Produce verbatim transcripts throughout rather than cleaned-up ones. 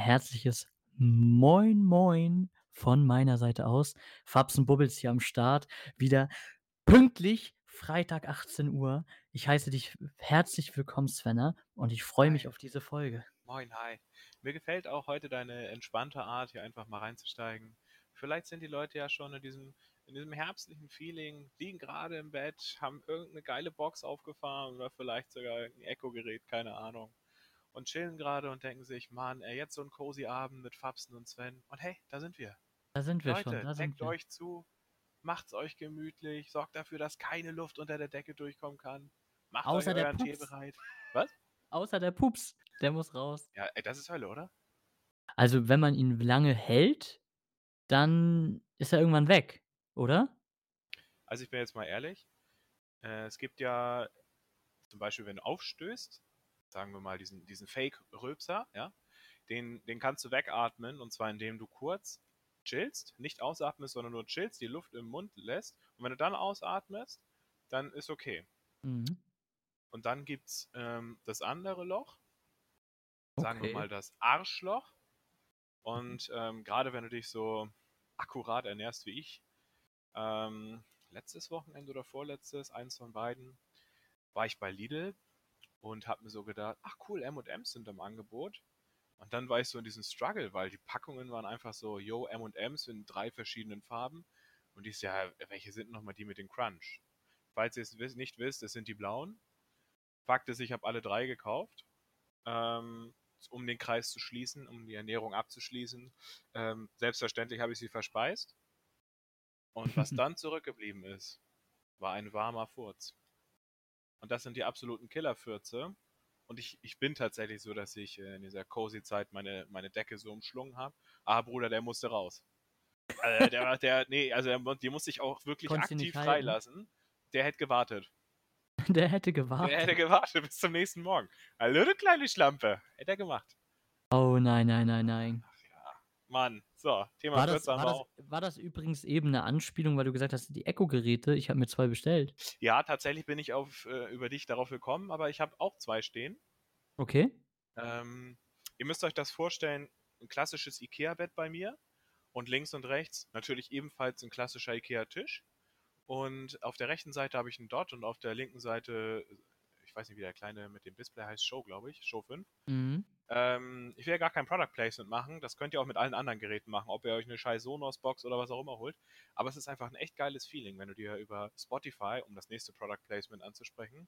herzliches Moin Moin von meiner Seite aus. Fabs und Bubbles hier am Start. Wieder pünktlich Freitag achtzehn Uhr. Ich heiße dich herzlich willkommen, Svenna, und ich freue mich Hi. auf diese Folge. Moin, hi. Mir gefällt auch heute deine entspannte Art, hier einfach mal reinzusteigen. Vielleicht sind die Leute ja schon in diesem, in diesem herbstlichen Feeling, liegen gerade im Bett, haben irgendeine geile Box aufgefahren oder vielleicht sogar ein Echo-Gerät, keine Ahnung. Und chillen gerade und denken sich, Mann, ey, jetzt so ein cozy Abend mit Fabsen und Sven. Und hey, da sind wir. Da sind wir schon, Leute, da sind deckt wir. euch zu, macht's euch gemütlich, sorgt dafür, dass keine Luft unter der Decke durchkommen kann. Macht euch Außer der euren Tee Pups. bereit. Was? Außer der Pups. Der muss raus. Ja, ey, das ist Hölle, oder? Also, wenn man ihn lange hält, dann ist er irgendwann weg, oder? Also ich bin jetzt mal ehrlich, äh, es gibt ja zum Beispiel, wenn du aufstößt, sagen wir mal diesen, diesen Fake-Rülpser, ja, den, den kannst du wegatmen und zwar indem du kurz chillst, nicht ausatmest, sondern nur chillst, die Luft im Mund lässt und wenn du dann ausatmest, dann ist okay. Mhm. Und dann gibt's ähm, das andere Loch, sagen wir Okay. mal das Arschloch und ähm, gerade wenn du dich so akkurat ernährst wie ich, ähm, letztes Wochenende oder vorletztes, eins von beiden, war ich bei Lidl und habe mir so gedacht, ach cool, M und M's sind im Angebot. Und dann war ich so in diesem Struggle, weil die Packungen waren einfach so, yo, M und M's in drei verschiedenen Farben. Und ich so, ja, welche sind nochmal die mit dem Crunch? Falls ihr es nicht wisst, es sind die blauen. Fakt ist, ich habe alle drei gekauft, ähm, um den Kreis zu schließen, um die Ernährung abzuschließen. Ähm, selbstverständlich habe ich sie verspeist. Und was dann zurückgeblieben ist, war ein warmer Furz. Und das sind die absoluten Killerfürze. Und ich, ich bin tatsächlich so, dass ich äh, in dieser cozy Zeit meine, meine Decke so umschlungen habe. Ah, Bruder, der musste raus. Also der, der, nee, also der, die musste ich auch wirklich Konntest ihn nicht aktiv halten. freilassen. Der hätte gewartet. Der hätte Der hätte gewartet. gewartet bis zum nächsten Morgen. Hallo, du kleine Schlampe. Hätte er gemacht. Oh nein, nein, nein, nein. Ach ja. Mann. So, Thema War das Fürze haben war wir das auch. war das übrigens eben 'ne Anspielung, weil du gesagt hast, die Echo-Geräte, ich habe mir zwei bestellt. Ja, tatsächlich bin ich auf, äh, über dich darauf gekommen, aber ich habe auch zwei stehen. Okay. Ähm, ihr müsst euch das vorstellen, ein klassisches Ikea-Bett bei mir und links und rechts natürlich ebenfalls ein klassischer Ikea-Tisch. Und auf der rechten Seite habe ich einen Dot und auf der linken Seite, ich weiß nicht, wie der kleine mit dem Display heißt, Show, glaube ich, Show fünf. Mhm. Ähm, ich will ja gar kein Product Placement machen, das könnt ihr auch mit allen anderen Geräten machen, ob ihr euch eine scheiß Sonos-Box oder was auch immer holt. Aber es ist einfach ein echt geiles Feeling, wenn du dir über Spotify, um das nächste Product Placement anzusprechen,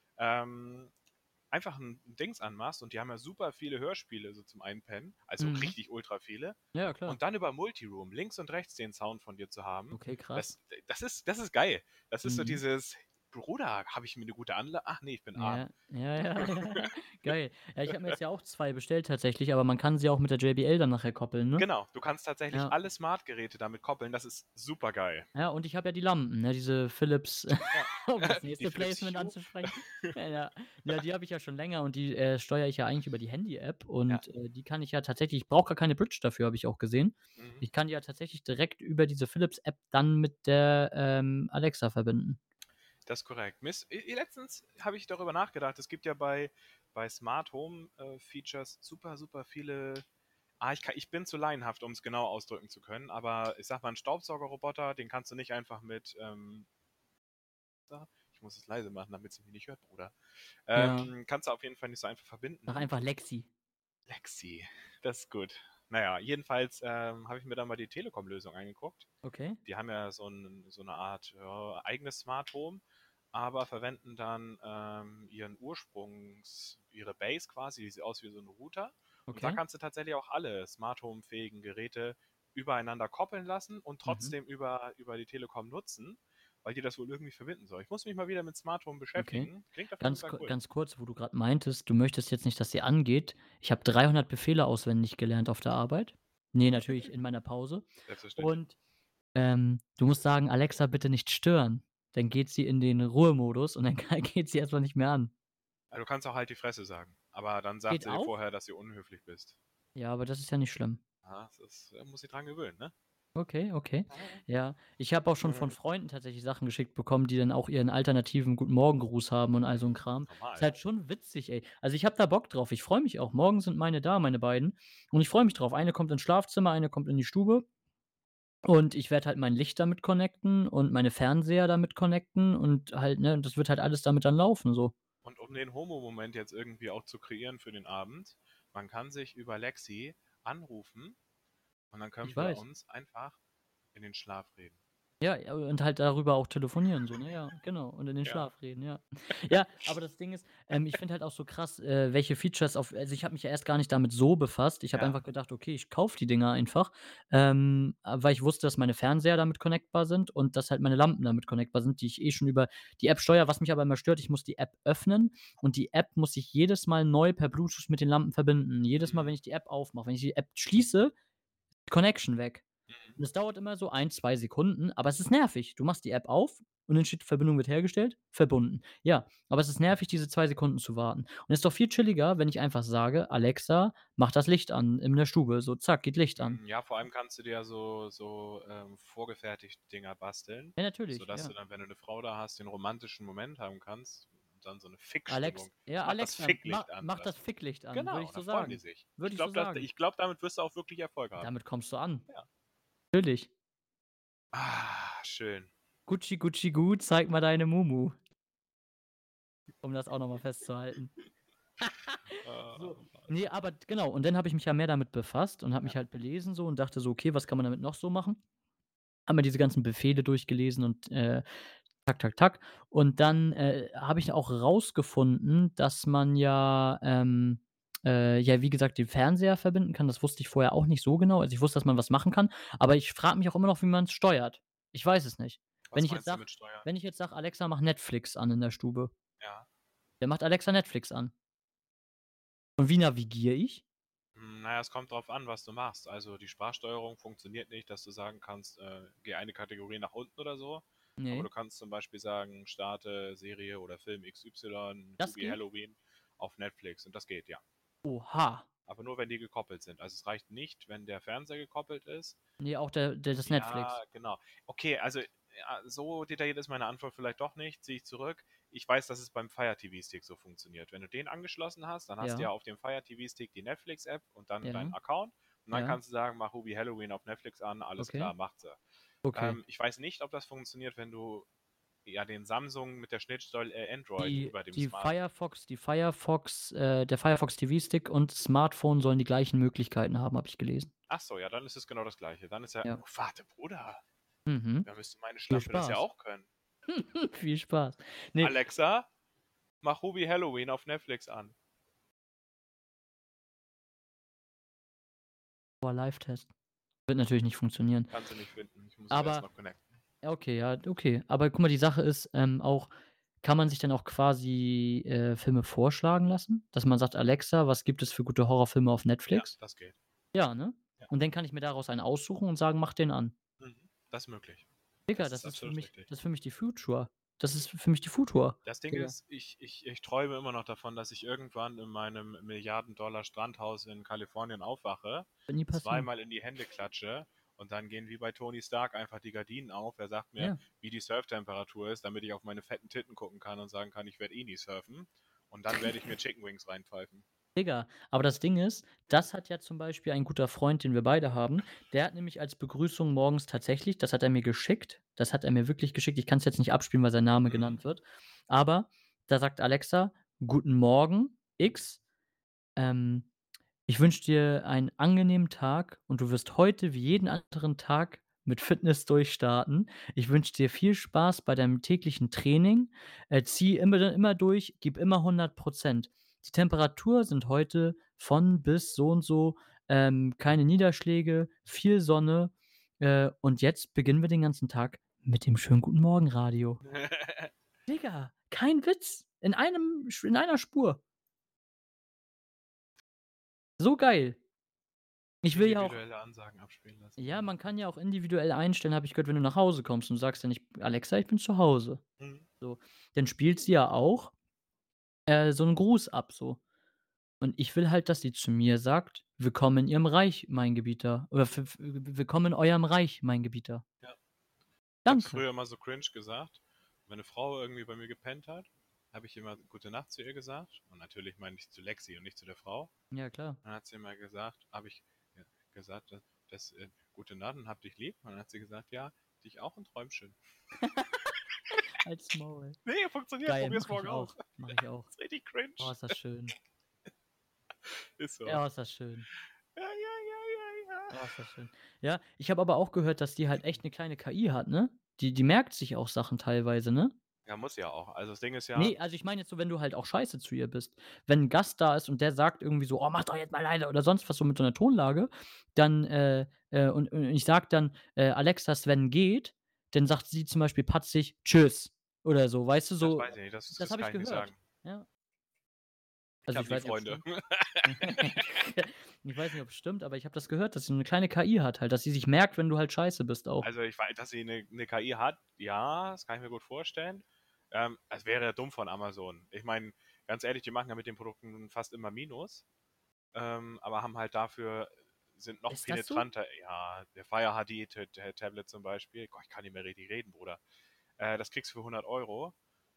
ähm, einfach ein Dings anmachst und die haben ja super viele Hörspiele so zum Einpennen, also Mhm. richtig ultra viele. Ja, klar. Und dann über Multiroom links und rechts den Sound von dir zu haben, Okay, krass. das, das, ist, das ist geil. Das ist so Mhm. dieses, Bruder, habe ich mir eine gute Anlage? Ach nee, ich bin arm. Ja, ja, ja, ja, ja. Geil. Ja, ich habe mir jetzt ja auch zwei bestellt tatsächlich, aber man kann sie auch mit der J B L dann nachher koppeln, ne? Genau, du kannst tatsächlich Ja. alle Smart-Geräte damit koppeln, das ist super geil. Ja, und ich habe ja die Lampen, ne, diese Philips, Ja. um das Die nächste Philips Placement Hue. anzusprechen. Ja, ja. Ja, die habe ich ja schon länger und die, äh, steuere ich ja eigentlich über die Handy-App und, Ja. äh, die kann ich ja tatsächlich, ich brauche gar keine Bridge dafür, habe ich auch gesehen. Mhm. Ich kann die ja tatsächlich direkt über diese Philips-App dann mit der, ähm, Alexa verbinden. Das ist korrekt. Miss, i- letztens habe ich darüber nachgedacht, es gibt ja bei, bei Smart Home äh, Features super, super viele. Ah, ich, kann, ich bin zu laienhaft, um es genau ausdrücken zu können, aber ich sag mal, ein Staubsaugerroboter, den kannst du nicht einfach mit. Ähm, ich muss es leise machen, damit sie mich nicht hört, Bruder. Ja, Ähm, kannst du auf jeden Fall nicht so einfach sag verbinden. einfach Lexi. Lexi, das ist gut. Naja, jedenfalls ähm, habe ich mir dann mal die Telekom-Lösung angeguckt. Okay. Die haben ja so, ein, so eine Art ja, eigenes Smart Home, aber verwenden dann ähm, ihren Ursprungs, ihre Base quasi, die sieht aus wie so ein Router. Und da Okay. kannst du tatsächlich auch alle Smart Home-fähigen Geräte übereinander koppeln lassen und Mhm. trotzdem über, über die Telekom nutzen, weil die das wohl irgendwie verbinden soll. Ich muss mich mal wieder mit Smart Home Okay. beschäftigen. Klingt auf jeden Ganz Fall ku cool. ganz kurz, wo du grad meintest, du möchtest jetzt nicht, dass sie angeht. Ich habe dreihundert Befehle auswendig gelernt auf der Arbeit. Ne, natürlich in meiner Pause. Selbstverständlich. Und, ähm, du musst sagen: „Alexa, bitte nicht stören.“ Dann geht sie in den Ruhemodus und dann ka geht sie erst mal nicht mehr an. Ja, du kannst auch halt die Fresse sagen, aber dann sagt Geht sie dir auch? vorher, dass du unhöflich bist. Ja, aber das ist ja nicht schlimm. Ja, das ist, da muss ich dran gewöhnen, ne? Okay, okay. Ja, ich habe auch schon von Freunden tatsächlich Sachen geschickt bekommen, die dann auch ihren alternativen Guten-Morgen-Gruß haben und all so 'n Mhm, Kram. Ist normal. halt schon witzig, ey. Also, ich habe da Bock drauf. Ich freue mich auch. Morgen sind meine da, meine beiden, und ich freue mich drauf. Eine kommt ins Schlafzimmer, eine kommt in die Stube, und ich werde halt mein Licht damit connecten und meine Fernseher damit connecten und halt, ne, das wird halt alles damit dann laufen so. Und um den Homo-Moment jetzt irgendwie auch zu kreieren für den Abend, man kann sich über Lexi anrufen und dann Ich können wir weiß. uns einfach in den Schlaf reden. Ja, ja, und halt darüber auch telefonieren so, ne? Ja, genau. Und in den Ja. Schlaf reden, ja. Ja, aber das Ding ist, ähm, ich finde halt auch so krass, äh, welche Features auf also, ich habe mich ja erst gar nicht damit so befasst. Ich habe Ja. einfach gedacht: „Okay, ich kaufe die Dinger einfach“, ähm, äh, weil ich wusste, dass meine Fernseher damit connectbar sind und dass halt meine Lampen damit connectbar sind, die ich eh schon über die App steuere. Was mich aber immer stört, ich muss die App öffnen und die App muss sich jedes Mal neu per Bluetooth mit den Lampen verbinden. Jedes Mal, Mhm. wenn ich die App aufmache. Wenn ich die App schließe, Connection weg. Mhm. Und das dauert immer so ein, zwei Sekunden, aber es ist nervig. Du machst die App auf und dann steht: „Verbindung wird hergestellt, verbunden.“ Ja, aber es ist nervig, diese zwei Sekunden zu warten. Und es ist doch viel chilliger, wenn ich einfach sage: „Alexa, mach das Licht an in der Stube.“ So, zack, geht Licht an. Hm, ja, vor allem kannst du dir ja so so, ähm, vorgefertigte Dinger basteln, Ja, natürlich, sodass du ja. dann, wenn du 'ne Frau da hast, den romantischen Moment haben kannst und dann so 'ne Alex Fick-Stimmung. ja, „Mach das Alexa, ma Ficklicht an“, mach oder das so. Ficklicht an, würde Genau, ich und da so freuen die sagen. sich. Ich Würde ich so glaube, das sagen. ich glaube, damit wirst du auch wirklich Erfolg haben. Damit kommst du an. Ja. Natürlich. Ah, schön. Gucci, Gucci, Gut, zeig mal deine Mumu. Um das auch noch mal festzuhalten. So, Oh Mann. ne, aber genau, und dann habe ich mich ja mehr damit befasst und habe Ja. mich halt belesen so und dachte so: „Okay, was kann man damit noch so machen?“ Habe mir diese ganzen Befehle durchgelesen und, äh, tak, tak, tak. Und dann, äh, habe ich auch rausgefunden, dass man ja, ähm, äh, ja, wie gesagt, den Fernseher verbinden kann. Das wusste ich vorher auch nicht so genau. Also, ich wusste, dass man was machen kann, aber ich frage mich auch immer noch, wie man's steuert. Ich weiß es nicht. Wenn Was ich jetzt meinst du sage mit steuern? wenn ich jetzt sage: „Alexa, mach Netflix an in der Stube“, Ja. dann macht Alexa Netflix an. Und wie navigiere ich? Hm, na ja, es kommt drauf an, was du machst. Also, die Sprachsteuerung funktioniert nicht, dass du sagen kannst, äh, geh eine Kategorie nach unten oder so. Aber Ne, du kannst zum Beispiel sagen, starte Serie oder Film X Y, das Hubie geht? Halloween auf Netflix. Und das geht, ja. Oha. Aber nur, wenn die gekoppelt sind. Also es reicht nicht, wenn der Fernseher gekoppelt ist. Ne, auch der der das Ja, Netflix. genau. Okay, also ja, so detailliert ist meine Antwort vielleicht doch nicht, ziehe ich zurück. Ich weiß, dass es beim Fire T V-Stick so funktioniert. Wenn du den angeschlossen hast, dann hast du Ja, ja auf dem Fire T V-Stick die Netflix-App und dann deinen ja, Account. Und dann ja, kannst du sagen, mach Hubie Halloween auf Netflix an, alles okay, klar, macht sie. okay. Ähm, ich weiß nicht, ob das funktioniert, wenn du ja den Samsung mit der Schnittstelle äh, Android Die über dem die Smart. Firefox die Firefox äh, der Firefox T V-Stick und Smartphone sollen die gleichen Möglichkeiten haben, habe ich gelesen. Ach so, ja, dann ist es genau das gleiche. Dann ist ja, Ja. oh, warte, Bruder, Mhm. da müsste meine Viel Schlampe das ja Spaß. auch können. Viel Spaß. Ne, Alexa, mach Hubie Halloween auf Netflix an. boah, Live-Test. Wird natürlich nicht funktionieren. Kannst du nicht finden. Ich muss es erst Aber noch connecten. ja, okay, ja, okay. Aber guck mal, die Sache ist, ähm, auch kann man sich dann auch quasi, äh, Filme vorschlagen lassen? Dass man sagt: „Alexa, was gibt es für gute Horrorfilme auf Ja, Netflix?“ das geht. Ja, ne? Ja. Und dann kann ich mir daraus einen aussuchen und sagen: „Mach den an.“ Mhm. Das ist möglich. Digga, Das ist das ist für absolut mich richtig. das ist für mich die Future. Das ist für mich die Future, Das Ding Digga. ist, ich, ich, ich träume immer noch davon, dass ich irgendwann in meinem Milliarden-Dollar-Strandhaus in Kalifornien aufwache, Wird nie passieren. zweimal in die Hände klatsche und dann gehen wie bei Tony Stark einfach die Gardinen auf. Er sagt mir, Ja, wie die Surftemperatur ist, damit ich auf meine fetten Titten gucken kann und sagen kann, ich werde eh nie surfen. Und dann werde ich mir Chicken Wings reinpfeifen. Digga. Aber das Ding ist, das hat ja zum Beispiel ein guter Freund, den wir beide haben, der hat nämlich als Begrüßung morgens tatsächlich, das hat er mir geschickt, das hat er mir wirklich geschickt. Ich kann's jetzt nicht abspielen, weil sein Name Mhm. genannt wird. Aber da sagt Alexa: „Guten Morgen, X, ähm, ich wünsche dir einen angenehmen Tag und du wirst heute wie jeden anderen Tag mit Fitness durchstarten. Ich wünsche dir viel Spaß bei deinem täglichen Training. Äh, zieh immer immer durch, gib immer hundert Prozent. Die Temperatur sind heute von bis so und so, ähm, keine Niederschläge, viel Sonne, äh, und jetzt beginnen wir den ganzen Tag mit dem schönen Guten Morgen Radio.“ Digga, kein Witz. In einem Sch in einer Spur. So geil. Ich will ja auch Individuelle Ansagen abspielen lassen. ja, Mhm. man kann ja auch individuell einstellen, habe ich gehört, wenn du nach Hause kommst und sagst dann: „Ich Alexa, ich bin zu Hause.“ Mhm. So, dann spielt sie ja auch, äh, so 'n Gruß ab so. Und ich will halt, dass sie zu mir sagt: „Willkommen in Ihrem Reich, mein Gebieter.“ Oder v v „Willkommen in eurem Reich, mein Gebieter.“ Ja. Ich habe Danke. früher immer so cringe gesagt. Wenn eine Frau irgendwie bei mir gepennt hat, habe ich immer gute Nacht zu ihr gesagt. Und natürlich meine ich zu Lexi und nicht zu der Frau. Ja, klar. Dann hat sie immer gesagt, habe ich ja, gesagt, dass, dass äh, gute Nacht und hab dich lieb. Und dann hat sie gesagt, ja, dich auch und Träumchen. Halt's Maul. Nee, funktioniert, Geil, probier's mache morgen ich auch. aus. Mache ich auch. ist richtig cringe. Oh, ist das schön. Ist so. Ja, ist das schön. Ja, ja, ja, ja, Oh, ja. ist das schön. Ja, ich habe aber auch gehört, dass die halt echt 'ne kleine K I hat, ne? Die die merkt sich auch Sachen teilweise, ne? Ja, muss ja auch. Also das Ding ist ja, Ne, also ich meine jetzt so, wenn du halt auch scheiße zu ihr bist. Wenn 'n Gast da ist und der sagt irgendwie so: „Oh, mach doch jetzt mal leise“ oder sonst was so mit so 'ner Tonlage, dann, äh, äh und und ich sage dann, äh: „Alexa, Sven geht“, dann sagt sie zum Beispiel patzig: „Tschüss“ oder so, weißt du, das so weiß ich nicht, das, das das habe kann ich ich nicht gehört. sagen. Ja. Ich Also, habe ich nie weiß nicht, ob's Freunde. stimmt. Ich weiß nicht, ob's stimmt, aber ich habe das gehört, dass sie 'ne kleine K I hat halt, dass sie sich merkt, wenn du halt scheiße bist auch. Also ich weiß, dass sie eine, eine K I hat, ja, das kann ich mir gut vorstellen. Ähm, es wäre ja dumm von Amazon. Ich meine, ganz ehrlich, die machen ja mit den Produkten fast immer Minus, ähm, aber haben halt dafür, sind noch Ist das so? penetranter. Ja, der Fire H D T- T- Tablet zum Beispiel, Gott, ich kann nicht mehr richtig reden, Bruder. Äh, das kriegst du für hundert Euro.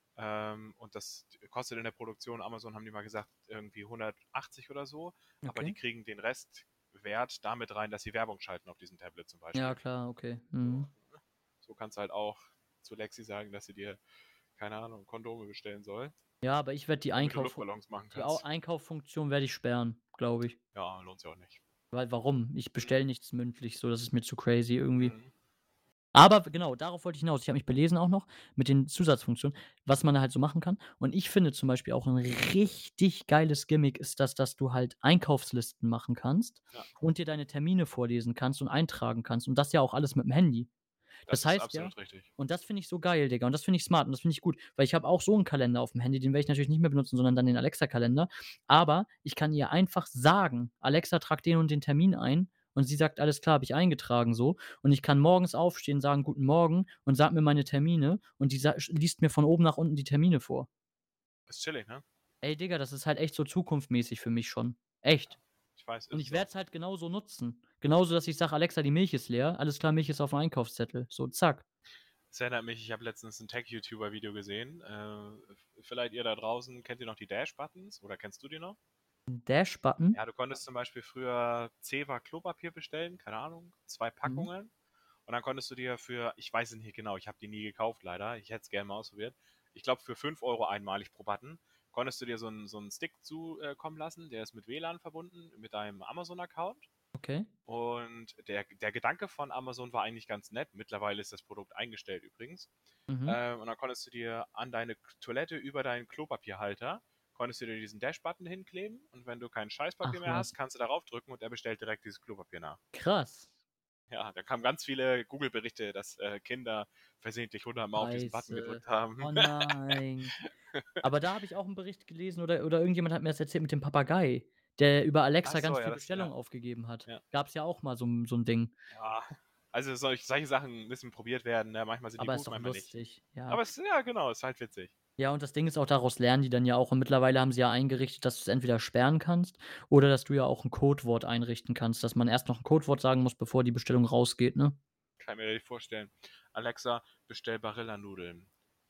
Ähm, und das kostet in der Produktion, Amazon haben die mal gesagt, irgendwie hundertachtzig oder so. Aber die Okay. kriegen den Restwert damit rein, dass sie Werbung schalten auf diesem Tablet zum Ja, Beispiel. klar, okay. So, Mhm. so kannst du halt auch zu Lexi sagen, dass sie dir, keine Ahnung, Kondome bestellen soll, Ja, aber ich werde die damit du Einkauf Luftballons machen die Au kannst. Einkauffunktion werde ich sperren, glaube ich. Ja, lohnt sich auch nicht. Weil warum? Ich Mhm. bestelle nichts mündlich so, das ist mir zu crazy irgendwie. Mhm. Aber genau, darauf wollte ich hinaus. Ich habe mich belesen auch noch mit den Zusatzfunktionen, was man da halt so machen kann. Und ich finde zum Beispiel auch 'n richtig geiles Gimmick ist das, dass du halt Einkaufslisten machen kannst Ja, und dir deine Termine vorlesen kannst und eintragen kannst und das ja auch alles mit'm Handy. das Das ist heißt ja absolut richtig. und das finde ich so geil, Digga, und das finde ich smart und das finde ich gut, weil ich habe auch so 'n Kalender aufm Handy, den werde ich natürlich nicht mehr benutzen, sondern dann den Alexa-Kalender. Aber ich kann ihr einfach sagen: „Alexa, trag den und den Termin ein.“ Und sie sagt: „Alles klar, habe ich eingetragen“, so. Und ich kann morgens aufstehen, sagen: „Guten Morgen“ und sage mir meine Termine und die sa sch liest mir von oben nach unten die Termine vor. Ist chillig, ne? Ey, Digga, das ist halt echt so zukunftsmäßig für mich schon. Echt. Ich weiß, Und ist ich es werde auch. es halt genauso nutzen. Genauso, dass ich sage: „Alexa, die Milch ist leer.“ Alles klar, Milch ist aufm Einkaufszettel. So, zack. Es erinnert mich, ich habe letztens ein Tech-YouTuber-Video gesehen. Äh, vielleicht ihr da draußen, kennt ihr noch die Dash-Buttons oder kennst du die noch? 'N Dash-Button? Ja, du konntest zum Beispiel früher Zewa Klopapier bestellen, keine Ahnung, zwei Mhm. Packungen. Und dann konntest du dir für, ich weiß es nicht genau, ich habe die nie gekauft leider, ich hätte es gerne mal ausprobiert. Ich glaube für fünf Euro einmalig pro Button konntest du dir so einen, so einen Stick zukommen lassen, der ist mit W L A N verbunden, mit deinem Amazon-Account. Okay. Und der, der Gedanke von Amazon war eigentlich ganz nett. Mittlerweile ist das Produkt eingestellt übrigens. Mhm. Ähm, und dann konntest du dir an deine K- Toilette über deinen Klopapierhalter, konntest du dir diesen Dash-Button hinkleben und wenn du kein Scheißpapier Ach mehr hast, was. kannst du darauf drücken und er bestellt direkt dieses Klopapier nach. Krass. Ja, da kamen ganz viele Google-Berichte, dass äh, Kinder versehentlich hundertmal auf diesen Button Scheiße. gedrückt haben. Oh nein. Aber da habe ich auch 'n Bericht gelesen oder oder irgendjemand hat mir das erzählt mit dem Papagei, der über Ach Alexa so, ganz ja, viel das, ja, Bestellungen aufgegeben hat. ja, Gab's ja auch mal so 'n so 'n Ding. ja. Also solch, solche Sachen müssen probiert werden. Ne? Manchmal sind die Aber ist gut, doch manchmal nicht. lustig, ja. Aber es, ja, genau, ist halt witzig. Ja, und das Ding ist auch, daraus lernen die dann ja auch und mittlerweile haben sie ja eingerichtet, dass du's entweder sperren kannst oder dass du ja auch 'n Codewort einrichten kannst, dass man erst noch 'n Codewort sagen muss, bevor die Bestellung rausgeht, ne? Kann mir nicht vorstellen. Alexa, bestell Barilla-Nudeln.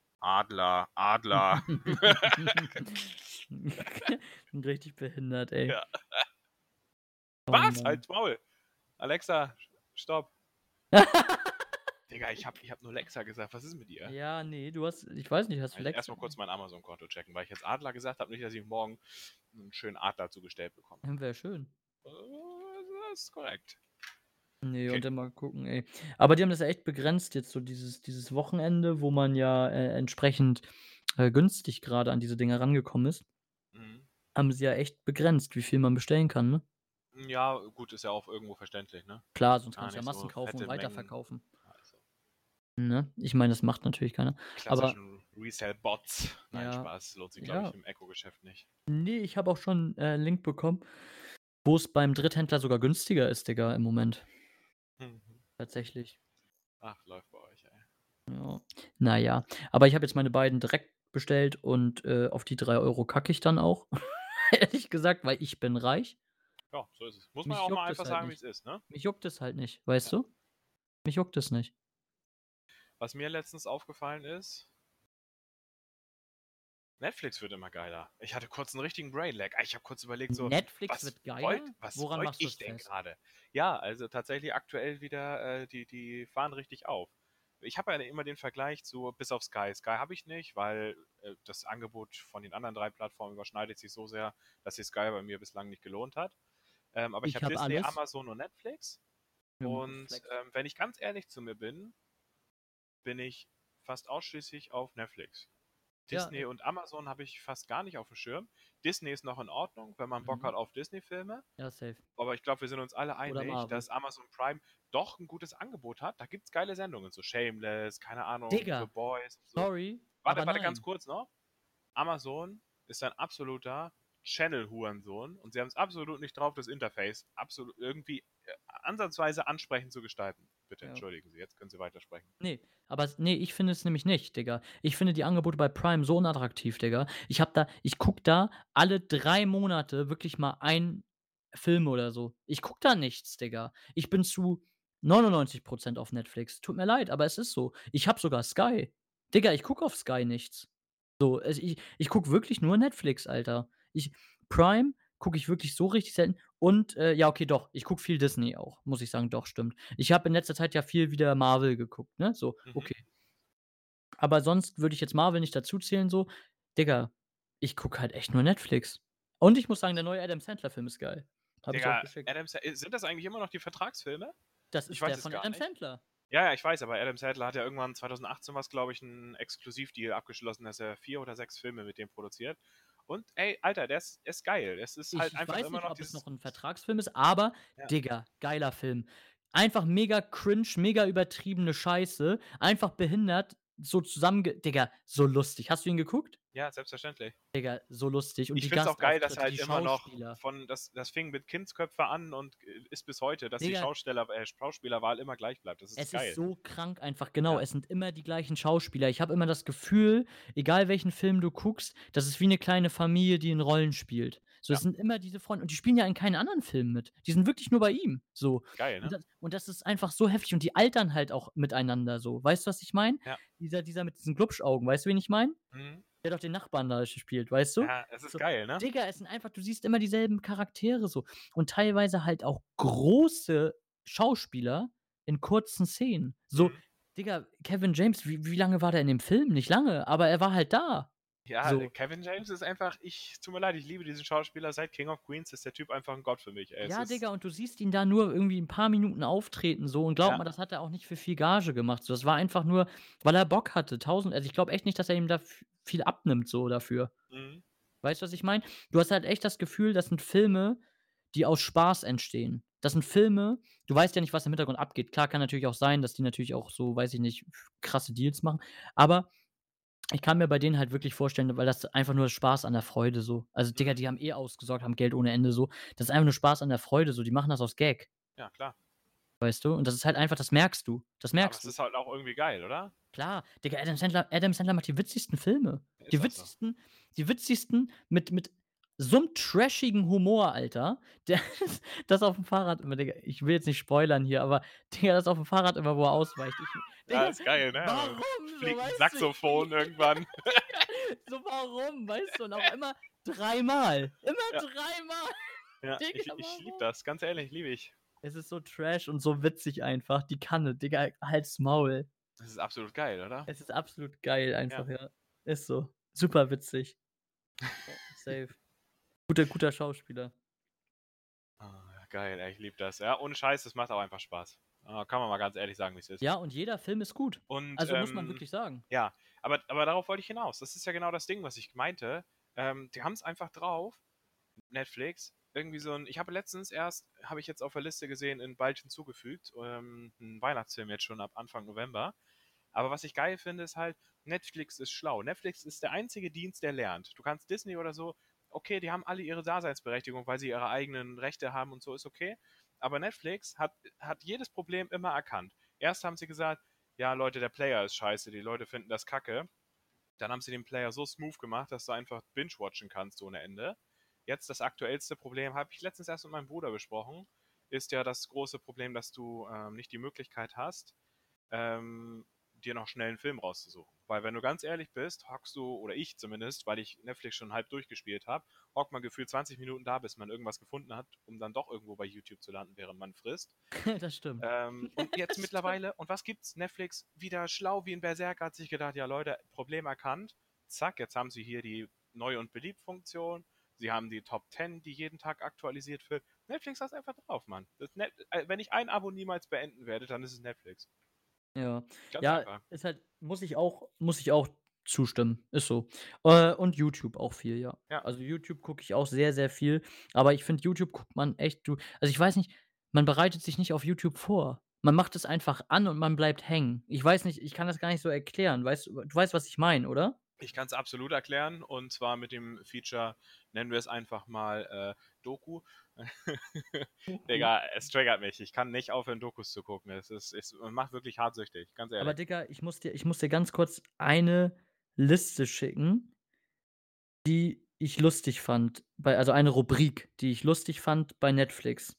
Adler, Adler. Richtig behindert, ey. Ja. Oh Was? Mann. Halt's Maul. Alexa, stopp. Digga, ich hab, ich hab nur Alexa gesagt. Was ist mit ihr? Ja, ne, du hast ich weiß nicht, hast du Ich Lex erstmal kurz mein Amazon-Konto checken, weil ich jetzt Adler gesagt habe, nicht, dass ich morgen einen schönen Adler zugestellt bekomme. wäre schön. Äh, Das ist korrekt. Ne, Okay. und dann mal gucken, ey. Aber die haben das ja echt begrenzt jetzt so dieses dieses Wochenende, wo man ja, äh, entsprechend, äh, günstig grade an diese Dinger rangekommen ist, Mhm. haben sie ja echt begrenzt, wie viel man bestellen kann, ne? Ja, gut, ist ja auch irgendwo verständlich, ne? Klar, sonst Gar kannst du ja nicht Massen so kaufen und fette Mengen. weiterverkaufen, Also, ne? Ich meine, das macht natürlich keiner. die Aber klassischen Resell-Bots. Nein, ja, Spaß. Lohnt sich, glaube ich, ja. im Eco-Geschäft nicht. Ne, ich habe auch schon, äh, 'n Link bekommen, wo's beim Dritthändler sogar günstiger ist, Digga, im Moment. Mhm. Tatsächlich. Ach, läuft bei euch, ey. Ja. Na ja, aber ich habe jetzt meine beiden direkt bestellt und, äh, auf die drei Euro kacke ich dann auch. Ehrlich gesagt, weil ich bin reich. Ja, so ist es. Muss man ja Mich auch mal juckt es einfach halt sagen, nicht. wie's ist, ne? Mich juckt es halt nicht, weißt Ja. du? Mich juckt es nicht. Was mir letztens aufgefallen ist Netflix wird immer geiler. Ich hatte kurz 'n richtigen Brainlag. Ah, ich habe kurz überlegt so: Netflix „Was wird wollt geiler? was Woran wollte machst du ich es denn fest? grade?“ Ja, also tatsächlich aktuell wieder, äh, die die fahren richtig auf. Ich habe ja immer den Vergleich zu bis auf Sky. Sky habe ich nicht, weil, äh, das Angebot von den anderen drei Plattformen überschneidet sich so sehr, dass sich Sky bei mir bislang nicht gelohnt hat. Ähm, aber ich Ich habe habe Disney, alles. Amazon und Netflix. Ja, Und, Netflix. ähm, wenn ich ganz ehrlich zu mir bin bin ich fast ausschließlich auf Netflix. Ja, Disney äh und Amazon habe ich fast gar nicht aufm Schirm. Disney ist noch in Ordnung, wenn man Bock Mhm. hat auf Disney-Filme. Ja, safe. Aber ich glaube, wir sind uns alle Oder einig, Marvel. dass Amazon Prime doch 'n gutes Angebot hat. Da gibt's geile Sendungen, so Shameless, keine Ahnung, The Digga, Boys und so. sorry, aber Warte, warte ganz nein. kurz noch. Amazon ist ein absoluter Channel-Hurensohn und sie haben's absolut nicht drauf, das Interface absolut irgendwie, äh, ansatzweise ansprechend zu gestalten. Bitte Ja. entschuldigen Sie, jetzt können Sie weitersprechen. Ne, aber s ne, ich finde es nämlich nicht, Digga. Ich finde die Angebote bei Prime so unattraktiv, Digga. Ich habe da ich gucke da alle drei Monate wirklich mal einen Film oder so. Ich gucke da nichts, Digga. Ich bin zu neunundneunzig Prozent auf Netflix. Tut mir leid, aber es ist so. Ich habe sogar Sky. Digga, ich gucke auf Sky nichts. So, also ich ich gucke wirklich nur Netflix, Alter. Ich Prime gucke ich wirklich so richtig selten und, äh, ja, okay, doch, ich gucke viel Disney auch, muss ich sagen, doch, stimmt. Ich habe in letzter Zeit ja viel wieder Marvel geguckt, ne, so, Mhm. okay. Aber sonst würde ich jetzt Marvel nicht dazuzählen so. Digga, ich gucke halt echt nur Netflix. Und ich muss sagen, der neue Adam-Sandler-Film ist geil. Habe ich auch Digga, geschickt. Adam Sa äh, sind das eigentlich immer noch die Vertragsfilme? Das Ich ist weiß der es von gar Adam nicht. Sandler. Ja, ja, ich weiß, aber Adam Sandler hat ja irgendwann zweitausendachtzehn war's, glaube ich, 'n Exklusivdeal abgeschlossen, dass er vier oder sechs Filme mit dem produziert. Und ey, Alter, der ist ist geil. Es ist Ich halt ich einfach weiß immer nicht, noch ob es dieses noch 'n Vertragsfilm ist, aber Ja. Digga, geiler Film. Einfach mega cringe, mega übertriebene Scheiße, einfach behindert, so zusammenge Digga, so lustig. Hast du ihn geguckt? Ja, selbstverständlich. Digga, so lustig und Ich die finde es auch geil, dass Gastauftritte, halt die immer noch Schauspieler. von das das fing mit Kindsköpfe an und, äh, ist bis heute, dass die Digga Schausteller äh, Schauspielerwahl immer gleich bleibt. Das ist Es ist geil. so krank einfach, genau. Ja. Es sind immer die gleichen Schauspieler. Ich habe immer das Gefühl, egal welchen Film du guckst, das ist wie 'ne kleine Familie, die in Rollen spielt. So, Ja. es sind immer diese Freunde und die spielen ja in keinen anderen Filmen mit. Die sind wirklich nur bei ihm, so. Geil, Und ne? das und das ist einfach so heftig und die altern halt auch miteinander so. Weißt du, was ich meine? Ja. Dieser dieser mit diesen Glubschaugen, weißt du, wen ich meine? Mhm. Der doch den Nachbarn da spielt, weißt du? Ja, es ist So, geil, ne? Digga, es sind einfach du siehst immer dieselben Charaktere so und teilweise halt auch große Schauspieler in kurzen Szenen. So, Mhm. Digga, Kevin James, wie wie lange war der in dem Film? Nicht lange, aber er war halt da. Ja, So. Kevin James ist einfach ich tut mir leid, ich liebe diesen Schauspieler. Seit King of Queens ist der Typ einfach 'n Gott für mich, ey. Es Ja, ist Digga, und du siehst ihn da nur irgendwie 'n paar Minuten auftreten so und glaube Ja. mal, das hat er auch nicht für viel Gage gemacht. So, das war einfach nur, weil er Bock hatte. tausend also, ich glaube echt nicht, dass er ihm da v viel abnimmt so dafür. Mhm. Weißt du, was ich meine? Du hast halt echt das Gefühl, das sind Filme, die aus Spaß entstehen. Das sind Filme du weißt ja nicht, was im Hintergrund abgeht. Klar, kann natürlich auch sein, dass die natürlich auch so, weiß ich nicht, f krasse Deals machen, aber ich kann mir bei denen halt wirklich vorstellen, weil das einfach nur Spaß an der Freude so. Also, Digga, Mhm. die haben eh ausgesorgt, haben Geld ohne Ende so. Das ist einfach nur Spaß an der Freude so. Die machen das aus Gag. Ja, klar. Weißt du? Und das ist halt einfach das merkst du. Das Aber merkst es du. ist halt auch irgendwie geil, oder? Klar, Digga, Adam Sandler Adam Sandler macht die witzigsten Filme. Ist Die auch so. witzigsten die witzigsten mit mit so 'nem trashigen Humor, Alter. Der ist das auf'm Fahrrad immer, Digga, ich will jetzt nicht spoilern hier, aber Digga, das auf'm Fahrrad immer, wo er ausweicht. Ich Ja, Digga, ist geil, ne? warum so, Fliegt 'n weißt du? Saxophon irgendwann. Digga, so warum, weißt du? Und auch immer dreimal. Immer Ja. dreimal. Ja, Digga, ich ich liebe warum? das, ganz ehrlich, liebe ich. Es ist so Trash und so witzig einfach. Die Kanne, Digga, halt's Maul. Das ist absolut geil, oder? Es ist absolut geil Ja. einfach, ja. Ist so. Super witzig. Ja, safe. Guter guter Schauspieler. Ah, geil, ey, ich liebe das. Ja, ohne Scheiß, das macht auch einfach Spaß. Ah, kann man mal ganz ehrlich sagen, wie's ist. Ja, und jeder Film ist gut. Und, Also, muss man ähm, wirklich sagen. ja, aber aber darauf wollte ich hinaus. Das ist ja genau das Ding, was ich meinte. Ähm, die haben's einfach drauf, Netflix, irgendwie so 'n ich habe letztens erst habe ich jetzt auf der Liste gesehen, in bald hinzugefügt, ähm, 'n Weihnachtsfilm jetzt schon ab Anfang November. Aber was ich geil finde, ist halt, Netflix ist schlau. Netflix ist der einzige Dienst, der lernt. Du kannst Disney oder so okay, die haben alle ihre Daseinsberechtigung, weil sie ihre eigenen Rechte haben und so, ist okay. Aber Netflix hat hat jedes Problem immer erkannt. Erst haben sie gesagt: „Ja, Leute, der Player ist scheiße, die Leute finden das Kacke.“ Dann haben sie den Player so smooth gemacht, dass du einfach binge watchen kannst ohne Ende. Jetzt das aktuellste Problem, habe ich letztens erst mit meinem Bruder besprochen, ist ja das große Problem, dass du ähm, nicht die Möglichkeit hast, ähm, dir noch schnell einen Film rauszusuchen. Weil wenn du ganz ehrlich bist, hockst du, oder ich zumindest, weil ich Netflix schon halb durchgespielt habe, hockt man gefühlt zwanzig Minuten da, bis man irgendwas gefunden hat, um dann doch irgendwo bei YouTube zu landen, während man frisst. Das stimmt. Ähm, und jetzt Das stimmt. mittlerweile, und was gibt's? Netflix wieder schlau wie ein Berserker hat sich gedacht, ja Leute, Problem erkannt. Zack, jetzt haben sie hier die Neu- und Beliebt-Funktion. Sie haben die Top zehn, die jeden Tag aktualisiert wird. Netflix hat einfach drauf, Mann. Das Net äh, wenn ich ein Abo niemals beenden werde, dann ist es Netflix. Ja. Ganz Ja, einfach. ist halt muss ich auch muss ich auch zustimmen, ist so. Äh, und YouTube auch viel, ja. Ja, Also, YouTube gucke ich auch sehr, sehr viel, aber ich finde, YouTube guckt man echt du also, ich weiß nicht, man bereitet sich nicht auf YouTube vor. Man macht es einfach an und man bleibt hängen. Ich weiß nicht, ich kann das gar nicht so erklären. Weißt du du weißt, was ich meine, oder? ich kann es absolut erklären, und zwar mit dem Feature, nennen wir es einfach mal äh, Doku. Doku. Digga, es triggert mich. Ich kann nicht aufhören, Dokus zu gucken. Es ist, es macht wirklich hartsüchtig, ganz Aber ehrlich. Digga, ich muss dir ich muss dir ganz kurz eine Liste schicken, die ich lustig fand bei also, eine Rubrik, die ich lustig fand bei Netflix.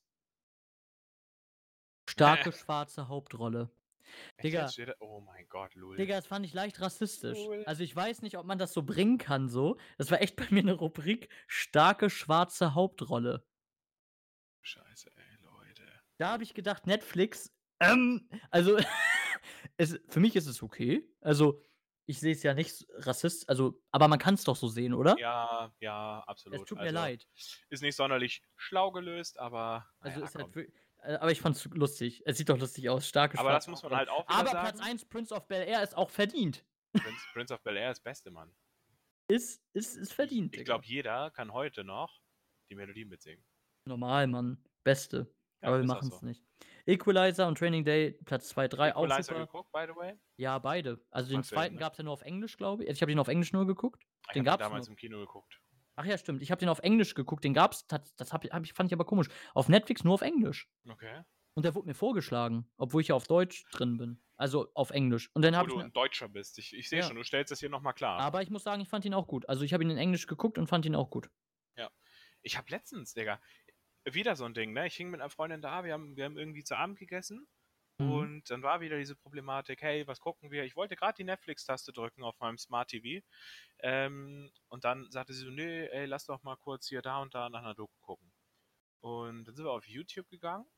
Starke schwarze Hauptrolle. Echt jetzt Digga steht da? Oh mein Gott, Lul. Digga, das fand ich leicht rassistisch. Lul. Also, ich weiß nicht, ob man das so bringen kann so. Das war echt bei mir 'ne Rubrik, starke schwarze Hauptrolle. Scheiße, ey, Leute. Da habe ich gedacht, Netflix, ähm, also, es für mich ist es okay. Also, ich sehe es ja nicht s rassist also, aber man kann's doch so sehen, oder? Ja, ja, Es absolut. tut mir Also, leid. ist nicht sonderlich schlau gelöst, aber na Also, ja, ist halt komm. wir äh, aber ich fand's lustig. Es sieht doch lustig aus, starke Aber das schwarze muss man Hauptrolle. halt auch wieder Aber Platz sagen. eins Prince of Bel-Air ist auch verdient. Prince, Prince of Bel-Air ist Beste, Mann. Ist ist ist Ich, verdient, ich Digga. glaube, jeder kann heute noch die Melodien mitsingen. Normal, Mann. Beste. Ja, Aber wir ist auch machen's so. nicht. Equalizer und Training Day Platz zwei, drei auch Equalizer super. geguckt, by the way? Ja, beide. Also, Super den Film, zweiten ne? gab's ja nur auf Englisch, glaube ich. Also, ich habe den auf Englisch nur geguckt. Ich Den habe den gab's nur damals auf im Kino geguckt. ach ja, stimmt. Ich habe den auf Englisch geguckt. Den gab's tats das habe habe ich fand ich aber komisch. Auf Netflix nur auf Englisch. Okay. Und der wurde mir vorgeschlagen, obwohl ich ja auf Deutsch drin bin. Also, auf Englisch. Und dann Obwohl habe ich du mir ein Deutscher bist. Ich, ich sehe ja. schon, du stellst das hier nochmal klar. Aber ich muss sagen, ich fand ihn auch gut. Also, ich habe ihn in Englisch geguckt und fand ihn auch gut. Ja. Ich habe letztens, Digga, wieder so ein Ding, ne? Ich hing mit einer Freundin da, wir haben, wir haben irgendwie zu Abend gegessen. Mhm. Und dann war wieder diese Problematik, hey, was gucken wir? Ich wollte gerade die Netflix-Taste drücken auf meinem Smart T V. Ähm, und dann sagte sie so, nee, ey, lass doch mal kurz hier da und da nach einer Doku gucken. Und dann sind wir auf YouTube gegangen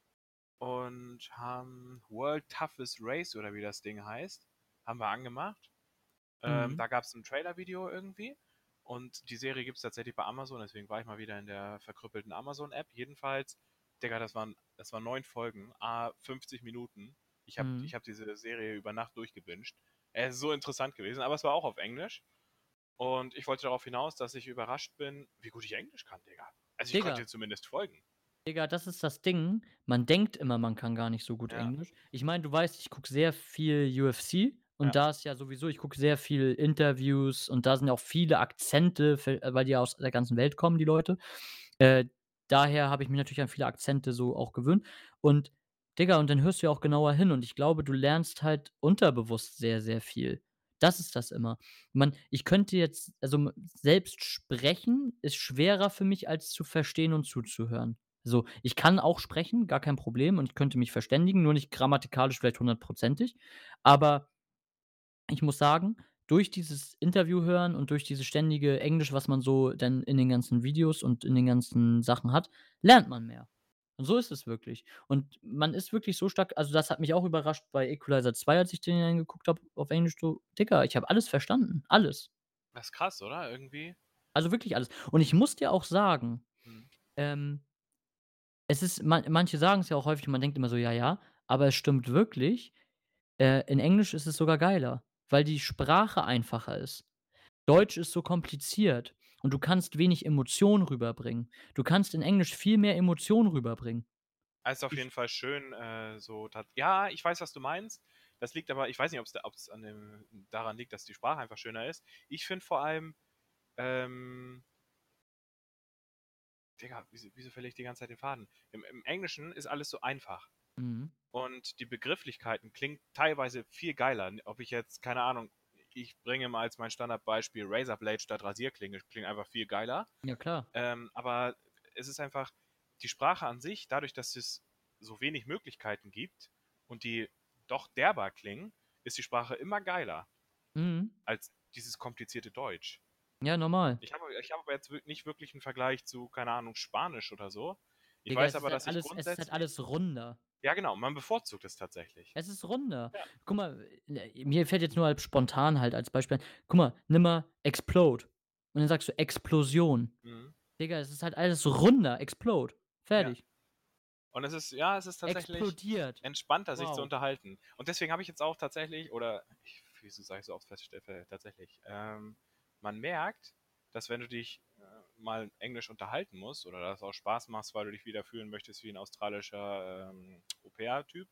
und haben World Toughest Race, oder wie das Ding heißt, haben wir angemacht. Ähm, Mhm. da gab es ein Trailer-Video irgendwie. Und die Serie gibt es tatsächlich bei Amazon, deswegen war ich mal wieder in der verkrüppelten Amazon-App. Jedenfalls, Digga, das waren, das waren neun Folgen, ah, fünfzig Minuten. Ich habe Mhm. ich hab diese Serie über Nacht durchgebinged. Es ist so interessant gewesen, aber es war auch auf Englisch. Und ich wollte darauf hinaus, dass ich überrascht bin, wie gut ich Englisch kann, Digga. Also ich konnte Digga dir zumindest folgen. Digga, das ist das Ding. Man denkt immer, man kann gar nicht so gut Ja, Englisch. Ich meine, du weißt, ich gucke sehr viel U F C und ja. da ist ja sowieso ich gucke sehr viel Interviews und da sind ja auch viele Akzente, ve äh, weil die ja aus der ganzen Welt kommen, die Leute. Äh, daher habe ich mich natürlich an viele Akzente so auch gewöhnt. Und Digga, und dann hörst du ja auch genauer hin und ich glaube, du lernst halt unterbewusst sehr, sehr viel. Das ist das immer. Man ich könnte jetzt also, m selbst sprechen ist schwerer für mich, als zu verstehen und zuzuhören. So, ich kann auch sprechen, gar kein Problem und ich könnte mich verständigen, nur nicht grammatikalisch vielleicht hundertprozentig. Aber ich muss sagen, durch dieses Interview hören und durch dieses ständige Englisch, was man so dann in den ganzen Videos und in den ganzen Sachen hat, lernt man mehr. Und so ist es wirklich. Und man ist wirklich so stark also, das hat mich auch überrascht bei Equalizer zwei, als ich den dann geguckt habe auf Englisch so: „Digga, ich habe alles verstanden, alles.“ Das ist krass, oder? Irgendwie. Also, wirklich alles. Und ich muss dir auch sagen, Hm. ähm es ist man manche sagen's ja auch häufig und man denkt immer so: „Ja, ja“, aber es stimmt wirklich. Äh, in Englisch ist es sogar geiler, weil die Sprache einfacher ist. Deutsch ist so kompliziert und du kannst wenig Emotion rüberbringen. Du kannst in Englisch viel mehr Emotion rüberbringen. Es ist auf jeden Ich Fall schön, äh, so tat ja, ich weiß, was du meinst. Das liegt aber ich weiß nicht, ob's da ob's an dem daran liegt, dass die Sprache einfach schöner ist. Ich finde vor allem, ähm Digga, wieso wieso verliere ich die ganze Zeit den Faden? Im im Englischen ist alles so einfach. mhm. Und die Begrifflichkeiten klingen teilweise viel geiler. Ob ich jetzt, keine Ahnung, ich bringe mal als mein Standardbeispiel Razorblade statt Rasierklinge. Klingt einfach viel geiler. Ja, klar. Ähm, aber es ist einfach die Sprache an sich, dadurch, dass es so wenig Möglichkeiten gibt und die doch derber klingen, ist die Sprache immer geiler Mhm. als dieses komplizierte Deutsch. Ja, normal. Ich habe ich hab aber jetzt wir- nicht wirklich einen Vergleich zu, keine Ahnung, Spanisch oder so. Ich Digga, weiß es ist aber, halt dass ich alles, es ist halt grundsätzlich. alles runder. Ja, genau, man bevorzugt es tatsächlich. Es ist runder. Ja. Guck mal, äh, mir fällt jetzt nur halt spontan halt als Beispiel ein. Guck mal, nimm mal Explode und dann sagst du Explosion. Mhm. Digga, es ist halt alles runder. Explode. Ja. Fertig. Und es ist, ja, es ist tatsächlich Explodiert. entspannter, sich zu Wow. unterhalten. Und deswegen habe ich jetzt auch tatsächlich, oder ich, wieso sage ich so oft feststelle, tatsächlich, ähm, man merkt, dass wenn du dich äh, mal Englisch unterhalten musst oder das auch Spaß machst, weil du dich wieder fühlen möchtest wie ein australischer ähm, Au-pair-Typ,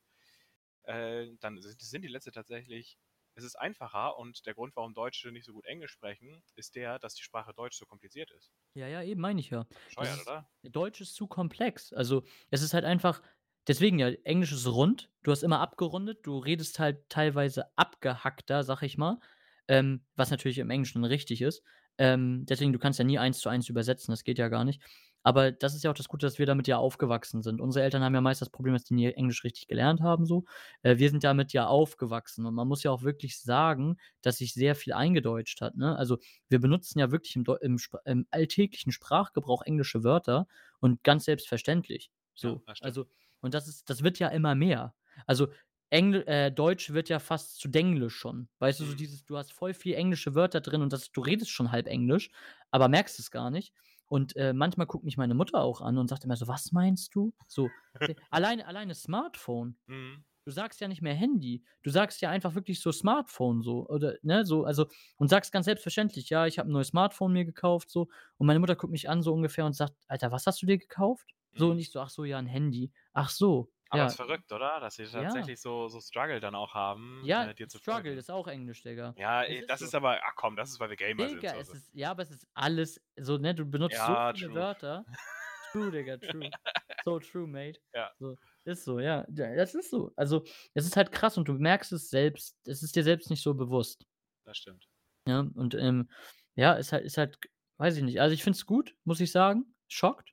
äh, dann sind, sind die Letzte tatsächlich, es ist einfacher und der Grund, warum Deutsche nicht so gut Englisch sprechen, ist der, dass die Sprache Deutsch so kompliziert ist. Ja, ja, eben meine ich ja. Das Bescheuert, ist oder? Deutsch ist zu komplex. Also, es ist halt einfach deswegen ja, Englisch ist rund. Du hast immer abgerundet. Du redest halt teilweise abgehackter, sag ich mal, ähm, was natürlich im Englischen richtig ist. Ähm, deswegen, du kannst ja nie eins zu eins übersetzen, das geht ja gar nicht. Aber das ist ja auch das Gute, dass wir damit ja aufgewachsen sind. Unsere Eltern haben ja meist das Problem, dass die nie Englisch richtig gelernt haben so. Äh, wir sind damit ja aufgewachsen und man muss ja auch wirklich sagen, dass sich sehr viel eingedeutscht hat, ne? Also, wir benutzen ja wirklich im Deu im Sp im alltäglichen Sprachgebrauch englische Wörter und ganz selbstverständlich, Ja, so. das stimmt. Also und das ist das wird ja immer mehr. Also, Engl äh, Deutsch wird ja fast zu Denglisch schon. Weißt du, so Mhm. dieses du hast voll viel englische Wörter drin und das du redest schon halb Englisch, aber merkst es gar nicht. Und, äh, manchmal guckt mich meine Mutter auch an und sagt immer so: „Was meinst du?“ So, äh, alleine alleine Smartphone. Mhm. Du sagst ja nicht mehr Handy. Du sagst ja einfach wirklich so Smartphone so oder ne, so also und sagst ganz selbstverständlich: „Ja, ich habe 'n neues Smartphone mir gekauft“, so. Und meine Mutter guckt mich an so ungefähr und sagt: „Alter, was hast du dir gekauft?“ So und Mhm. ich so: „Ach so, ja, 'n Handy.“ „Ach so, Aber es ja, ist verrückt, oder? Dass sie ja. tatsächlich so, so Struggle dann auch haben, Ja, äh, dir zu Struggle folgen. ist auch Englisch, Digga. Ja, Es eh, ist das so. ist aber, ach komm, das ist, weil wir Gamer sind. Digga, So. es so. ist ja, aber es ist alles so, ne, du benutzt so Ja, viele true. Wörter. True, Digga, true. So true, mate. Ja, So, ist so, ja. Ja, das ist so. Also, es ist halt krass und du merkst es selbst es ist dir selbst nicht so bewusst, das stimmt. ja? Und, ähm, ja, ist halt ist halt g weiß ich nicht. Also, ich finde es gut, muss ich sagen. Schockt,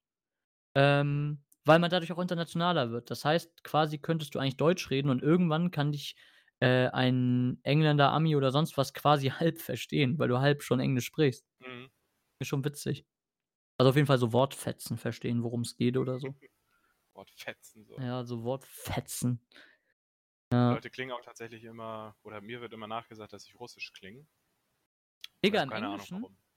ähm, weil man dadurch auch internationaler wird. Das heißt, quasi könntest du eigentlich Deutsch reden und irgendwann kann dich, äh, ein Engländer, Ami oder sonst was quasi halb verstehen, weil du halb schon Englisch sprichst. Mhm. Ist schon witzig. Also, auf jeden Fall so Wortfetzen verstehen, worum's geht oder so. Wortfetzen so. Ja, so Wortfetzen. Die Ja. Leute klingen auch tatsächlich immer, oder mir wird immer nachgesagt, dass ich russisch klinge. Aber ich Digga, habe im keine Ahnung Englischen warum.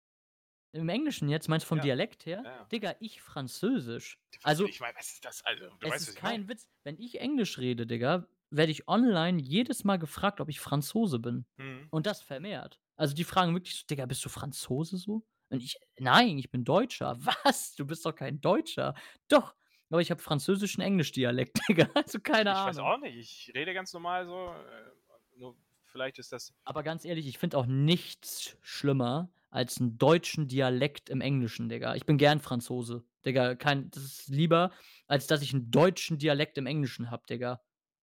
im Englischen jetzt, meinst du vom Ja, Dialekt her? ja, ja. Digga, ich Französisch. Was, Also, ich meine, was ist das? Also, du es weißt, was ist ich meine. kein Witz. Wenn ich Englisch rede, Digga, werde ich online jedes Mal gefragt, ob ich Franzose bin. Mhm. Und das vermehrt. Also, die fragen wirklich so: „Digga, bist du Franzose so?“ Und ich: „Nein, ich bin Deutscher.“ „Was? Du bist doch kein Deutscher.“ „Doch, aber ich habe französischen Englisch-Dialekt, Digga.“ Also, Ich, keine ich weiß Ahnung. auch nicht. Ich rede ganz normal so. Äh, nur vielleicht ist das. Aber ganz ehrlich, ich finde auch nichts schlimmer als 'n deutschen Dialekt im Englischen, Digga. Ich bin gern Franzose, Digga. Kein das ist lieber, als dass ich 'n deutschen Dialekt im Englischen habe, Digga.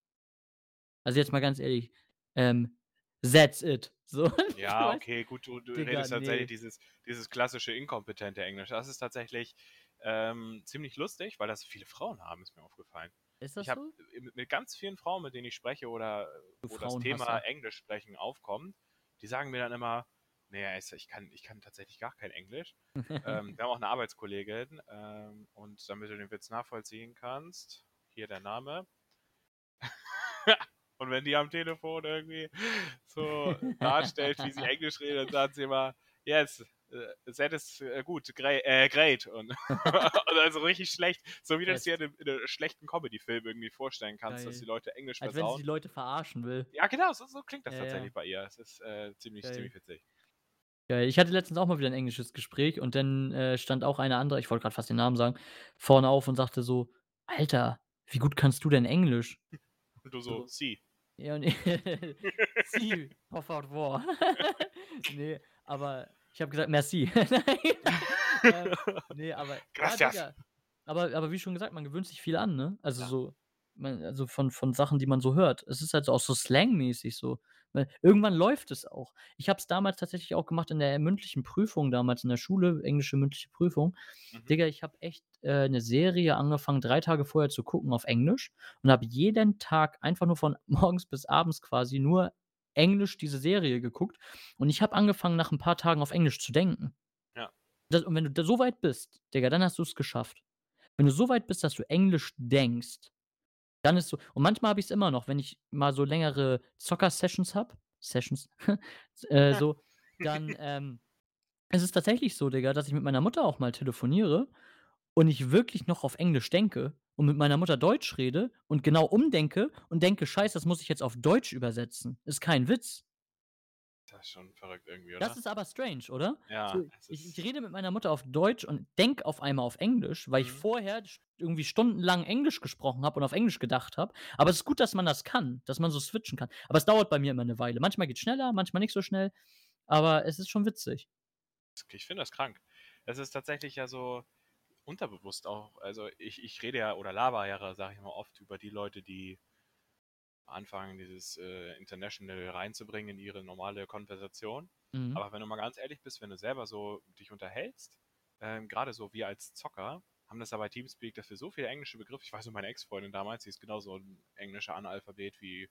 Also, jetzt mal ganz ehrlich, ähm, that's it. So, Ja, weißt okay, gut, du, du Digga, redest tatsächlich ne. dieses, dieses klassische inkompetente Englisch. Das ist tatsächlich ähm, ziemlich lustig, weil das viele Frauen haben, ist mir aufgefallen. Ist Ich das habe so? mit, mit ganz vielen Frauen, mit denen ich spreche oder äh, Du wo das Thema Frauenhasser. Englisch sprechen aufkommt, die sagen mir dann immer, nee, ich kann, ich kann tatsächlich gar kein Englisch. Ähm, wir haben auch eine Arbeitskollegin ähm, und damit du den Witz nachvollziehen kannst, hier der Name. Und wenn die am Telefon irgendwie so darstellt, wie sie Englisch redet, dann sagt sie immer, yes, äh, that is äh, gut, great, äh, great. Und, und also richtig schlecht, so wie du das dir Best. in, einem- in einem schlechten Comedy-Film irgendwie vorstellen kannst, dass die Geil. Leute Englisch Als wenn sie versauen. die Leute verarschen will. Ja, genau, so, so klingt das Ja, tatsächlich ja, bei ihr. Es ist äh, ziemlich, geil. ziemlich witzig. Geil. Ich hatte letztens auch mal wieder 'n englisches Gespräch und dann, äh, stand auch eine andere, ich wollte grad fast den Namen sagen, vorne auf und sagte so: „Alter, wie gut kannst du denn Englisch?“ Und du so, So, sie. ja, und „Si, por favor.“ Ne, aber ich habe gesagt: „Merci.“ Nein. Ähm, ne, aber ja, Gracias. Digga. Aber aber wie schon gesagt, man gewöhnt sich viel an, ne? Also Ja, so man also, von von Sachen, die man so hört. Es ist halt so auch so slangmäßig so, weil irgendwann läuft es auch. Ich habe es damals tatsächlich auch gemacht in der mündlichen Prüfung damals in der Schule, englische mündliche Prüfung. Mhm. Digga, ich habe echt, äh, 'ne Serie angefangen, drei Tage vorher zu gucken auf Englisch und habe jeden Tag einfach nur von morgens bis abends quasi nur Englisch diese Serie geguckt und ich habe angefangen, nach 'n paar Tagen auf Englisch zu denken. Ja. Das und wenn du da so weit bist, Digga, dann hast du's geschafft. Wenn du so weit bist, dass du Englisch denkst, dann ist so und manchmal habe ich's immer noch, wenn ich mal so längere Zocker-Sessions habe Sessions, äh, so, dann, ähm, ist es tatsächlich so, Digga, dass ich mit meiner Mutter auch mal telefoniere und ich wirklich noch auf Englisch denke und mit meiner Mutter Deutsch rede und genau umdenke und denke: „Scheiße, das muss ich jetzt auf Deutsch übersetzen.“ Ist kein Witz. Das ist schon verrückt irgendwie, Das oder? ist aber strange, oder? So, Ja, es ich ich ist rede mit meiner Mutter auf Deutsch und denke auf einmal auf Englisch, weil ich mhm. vorher st irgendwie stundenlang Englisch gesprochen habe und auf Englisch gedacht habe. Aber es ist gut, dass man das kann, dass man so switchen kann. Aber es dauert bei mir immer 'ne Weile. Manchmal geht's schneller, manchmal nicht so schnell, aber es ist schon witzig. Ich finde das krank. Es ist tatsächlich ja so unterbewusst auch. Also ich, ich rede ja oder laber ja, sage ich mal, oft über die Leute, die anfangen, dieses äh, International reinzubringen in ihre normale Konversation. Mhm. Aber wenn du mal ganz ehrlich bist, wenn du selber so dich unterhältst, ähm, gerade so wir als Zocker, haben das ja bei Teamspeak, dass wir so viele englische Begriffe, ich weiß noch, meine Ex-Freundin damals, die ist genauso ein englischer Analphabet wie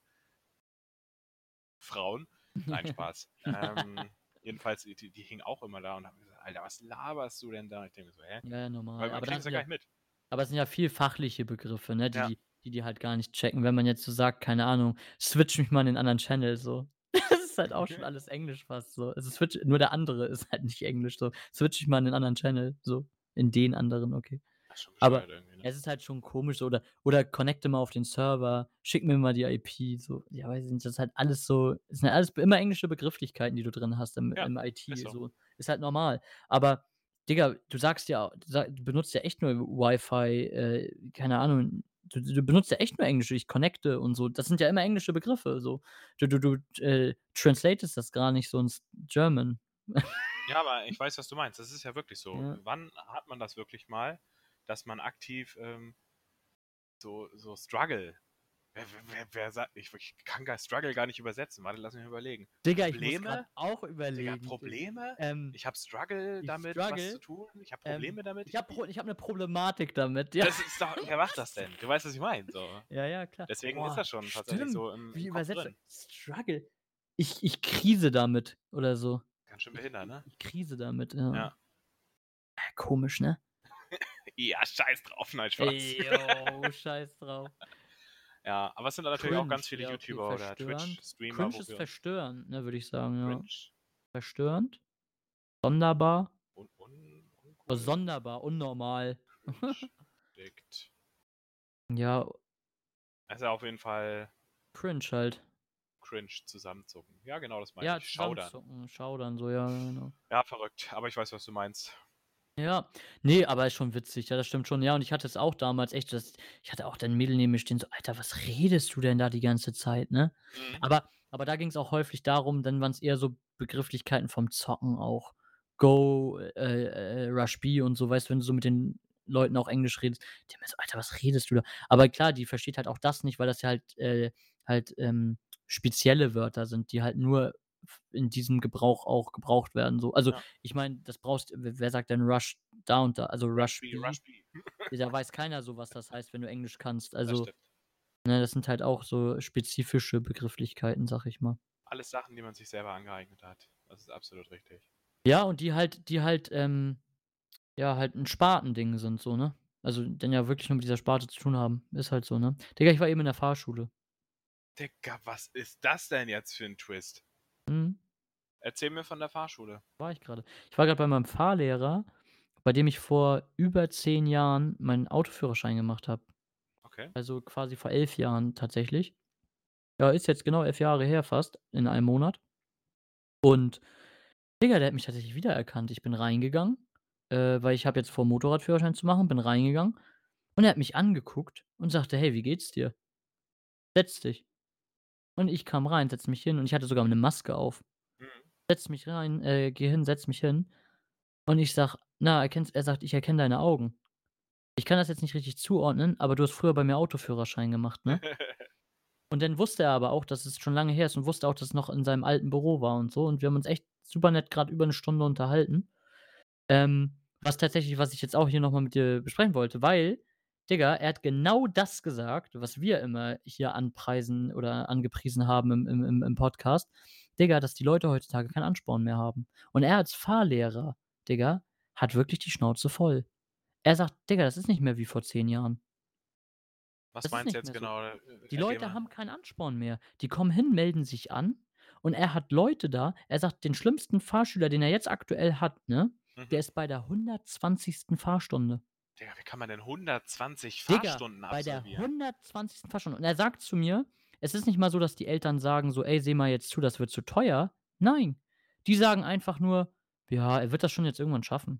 Frauen. Nein, Spaß. Ähm, jedenfalls, die, die hing auch immer da und haben gesagt, Alter, was laberst du denn da? Ich denke mir so, hä? Ja, ja, Weil normal. man Aber kriegt das es ja sind gar ja nicht mit. aber es sind ja viel fachliche Begriffe, ne, die Ja. die die die halt gar nicht checken. Wenn man jetzt so sagt, keine Ahnung: „Switch mich mal in 'nen anderen Channel“, so. Das ist halt auch schon alles Englisch fast so. Also, switch nur der andere ist halt nicht Englisch so. „Switch mich mal in 'nen anderen Channel“, so. In den anderen, okay. Das ist schon Aber bescheuert irgendwie, ne? es ist halt schon komisch so oder oder connecte mal auf den Server, schick mir mal die I P, so. Ja, weiß ich nicht, das ist halt alles so es sind ja alles immer englische Begrifflichkeiten, die du drin hast im Ja, im ist I T, so. so. Ist halt normal. Aber Digga, du sagst ja du sa du benutzt ja echt nur Wi-Fi, äh, keine Ahnung, du du benutzt ja echt nur Englisch, ich connecte und so. Das sind ja immer englische Begriffe so. Du du du, äh, translatest das gar nicht so ins German. Ja, aber ich weiß, was du meinst. Das ist ja wirklich so. Ja. Wann hat man das wirklich mal, dass man aktiv ähm, so, so Struggle. Wer, wer, wer, wer sagt, ich, ich kann gar Struggle gar nicht übersetzen. Warte, lass mich überlegen. Digga, ich muss grad Probleme? auch Digga, überlegen. D Probleme? ähm, Ich habe Struggle ich damit, was zu struggle tun. Ich habe Ähm, Probleme damit. ich Ich, habe Pro ich, ich habe 'ne Problematik damit, ja. das ist doch, wer macht das denn? Du weißt, was ich meine. So. Ja, ja, klar. Deswegen ist Boah, das schon tatsächlich stimmt. so im, Wie im Kopf übersetzt man drin. Struggle? Ich ich krise damit oder so. Ganz schön Ich behindert, ich ne? ich krise damit, ja. Ja. Ja, komisch, ne? Ja, scheiß drauf, nein, Spaß. Ey, yo, scheiß drauf. Ja, aber es sind dann natürlich auch Cringe, ganz viele ja, okay, YouTuber oder verstörend. Twitch-Streamer, Cringe wo ist wir uns verstörend, ne, würde ich sagen, ja. cringe Verstörend, sonderbar, und un, oh, uncool, sonderbar, unnormal. cringe, dickt. Ja, Also auf jeden Fall cringe halt. cringe zusammenzucken. Ja, genau, das meinte Ja, ich. Schaudern. zusammenzucken, schaudern so, ja, genau. Ja, verrückt. Aber ich weiß, was du meinst. Ja, ne, aber ist schon witzig, ja, das stimmt schon. Ja, und ich hatte es auch damals echt, das ich hatte auch dann 'n Mädel neben mir stehen, so: „Alter, was redest du denn da die ganze Zeit“, ne? Mhm. Aber aber da ging's auch häufig darum, dann waren's eher so Begrifflichkeiten vom Zocken auch. Go, äh, äh, Rush B und so, weißt du, wenn du so mit den Leuten auch Englisch redest, die immer so: „Alter, was redest du da?“ Aber klar, die versteht halt auch das nicht, weil das ja halt, äh halt, ähm, spezielle Wörter sind, die halt nur f in diesem Gebrauch auch gebraucht werden, so. Also, Ja. ich meine, das brauchst w wer sagt denn Rush da und da, also Rush Rush B, B, Rush B. da weiß keiner so, was das heißt, wenn du Englisch kannst. Das Also, stimmt. ne, das sind halt auch so spezifische Begrifflichkeiten, sage ich mal. Alles Sachen, die man sich selber angeeignet hat. Das ist absolut richtig. Ja, und die halt die halt, ähm, ja, halt 'n Spartending sind so, ne? Also, dann ja wirklich nur mit dieser Sparte zu tun haben. Ist halt so, ne? Digga, ich war eben in der Fahrschule. Digga, was ist das denn jetzt für ein Twist? Mhm, Erzähl mir von der Fahrschule. war ich grade. Ich war grad bei meinem Fahrlehrer, bei dem ich vor über zehn Jahren meinen Autoführerschein gemacht habe. Okay. Also, quasi vor elf Jahren tatsächlich. Ja, ist jetzt genau elf Jahre her fast in einem Monat. Und Digga, der hat mich tatsächlich wiedererkannt. Ich bin reingegangen, äh, weil ich habe jetzt vor, Motorradführerschein zu machen, bin reingegangen und er hat mich angeguckt und sagte: „Hey, wie geht's dir? Setz dich.“ Und ich kam rein, setze mich hin und ich hatte sogar 'ne Maske auf. Mhm. Setze mich rein, äh, gehe hin, setze mich hin und ich sage: „Na, erkennst“ er sagt: „Ich erkenne deine Augen.“ Ich kann das jetzt nicht richtig zuordnen, aber du hast früher bei mir Autoführerschein gemacht, ne? Und dann wusste er aber auch, dass es schon lange her ist und wusste auch, dass es noch in seinem alten Büro war und so. Und wir haben uns echt super nett grad über 'ne Stunde unterhalten. Ähm, was tatsächlich was ich jetzt auch hier noch mal mit dir besprechen wollte, weil, Digga, er hat genau das gesagt, was wir immer hier anpreisen oder angepriesen haben im im im im Podcast. Digga, dass die Leute heutzutage keinen Ansporn mehr haben. Und er als Fahrlehrer, Digga, hat wirklich die Schnauze voll. Er sagt: „Digga, das ist nicht mehr wie vor zehn Jahren.“ Was Das ist meinst du nicht jetzt mehr so. genau? Äh, Die erklär Leute mal. haben keinen Ansporn mehr. Die kommen hin, melden sich an und er hat Leute da er sagt, den schlimmsten Fahrschüler, den er jetzt aktuell hat, ne, der Mhm. ist bei der hundertzwanzigsten Fahrstunde. Digga, wie kann man denn hundertzwanzig Digga, Fahrstunden bei der absolvieren? hundertzwanzigsten Fahrstunde. Und er sagt zu mir, es ist nicht mal so, dass die Eltern sagen so: „Ey, seh mal jetzt zu, das wird zu teuer.“ Nein, die sagen einfach nur: „Ja, er wird das schon jetzt irgendwann schaffen.“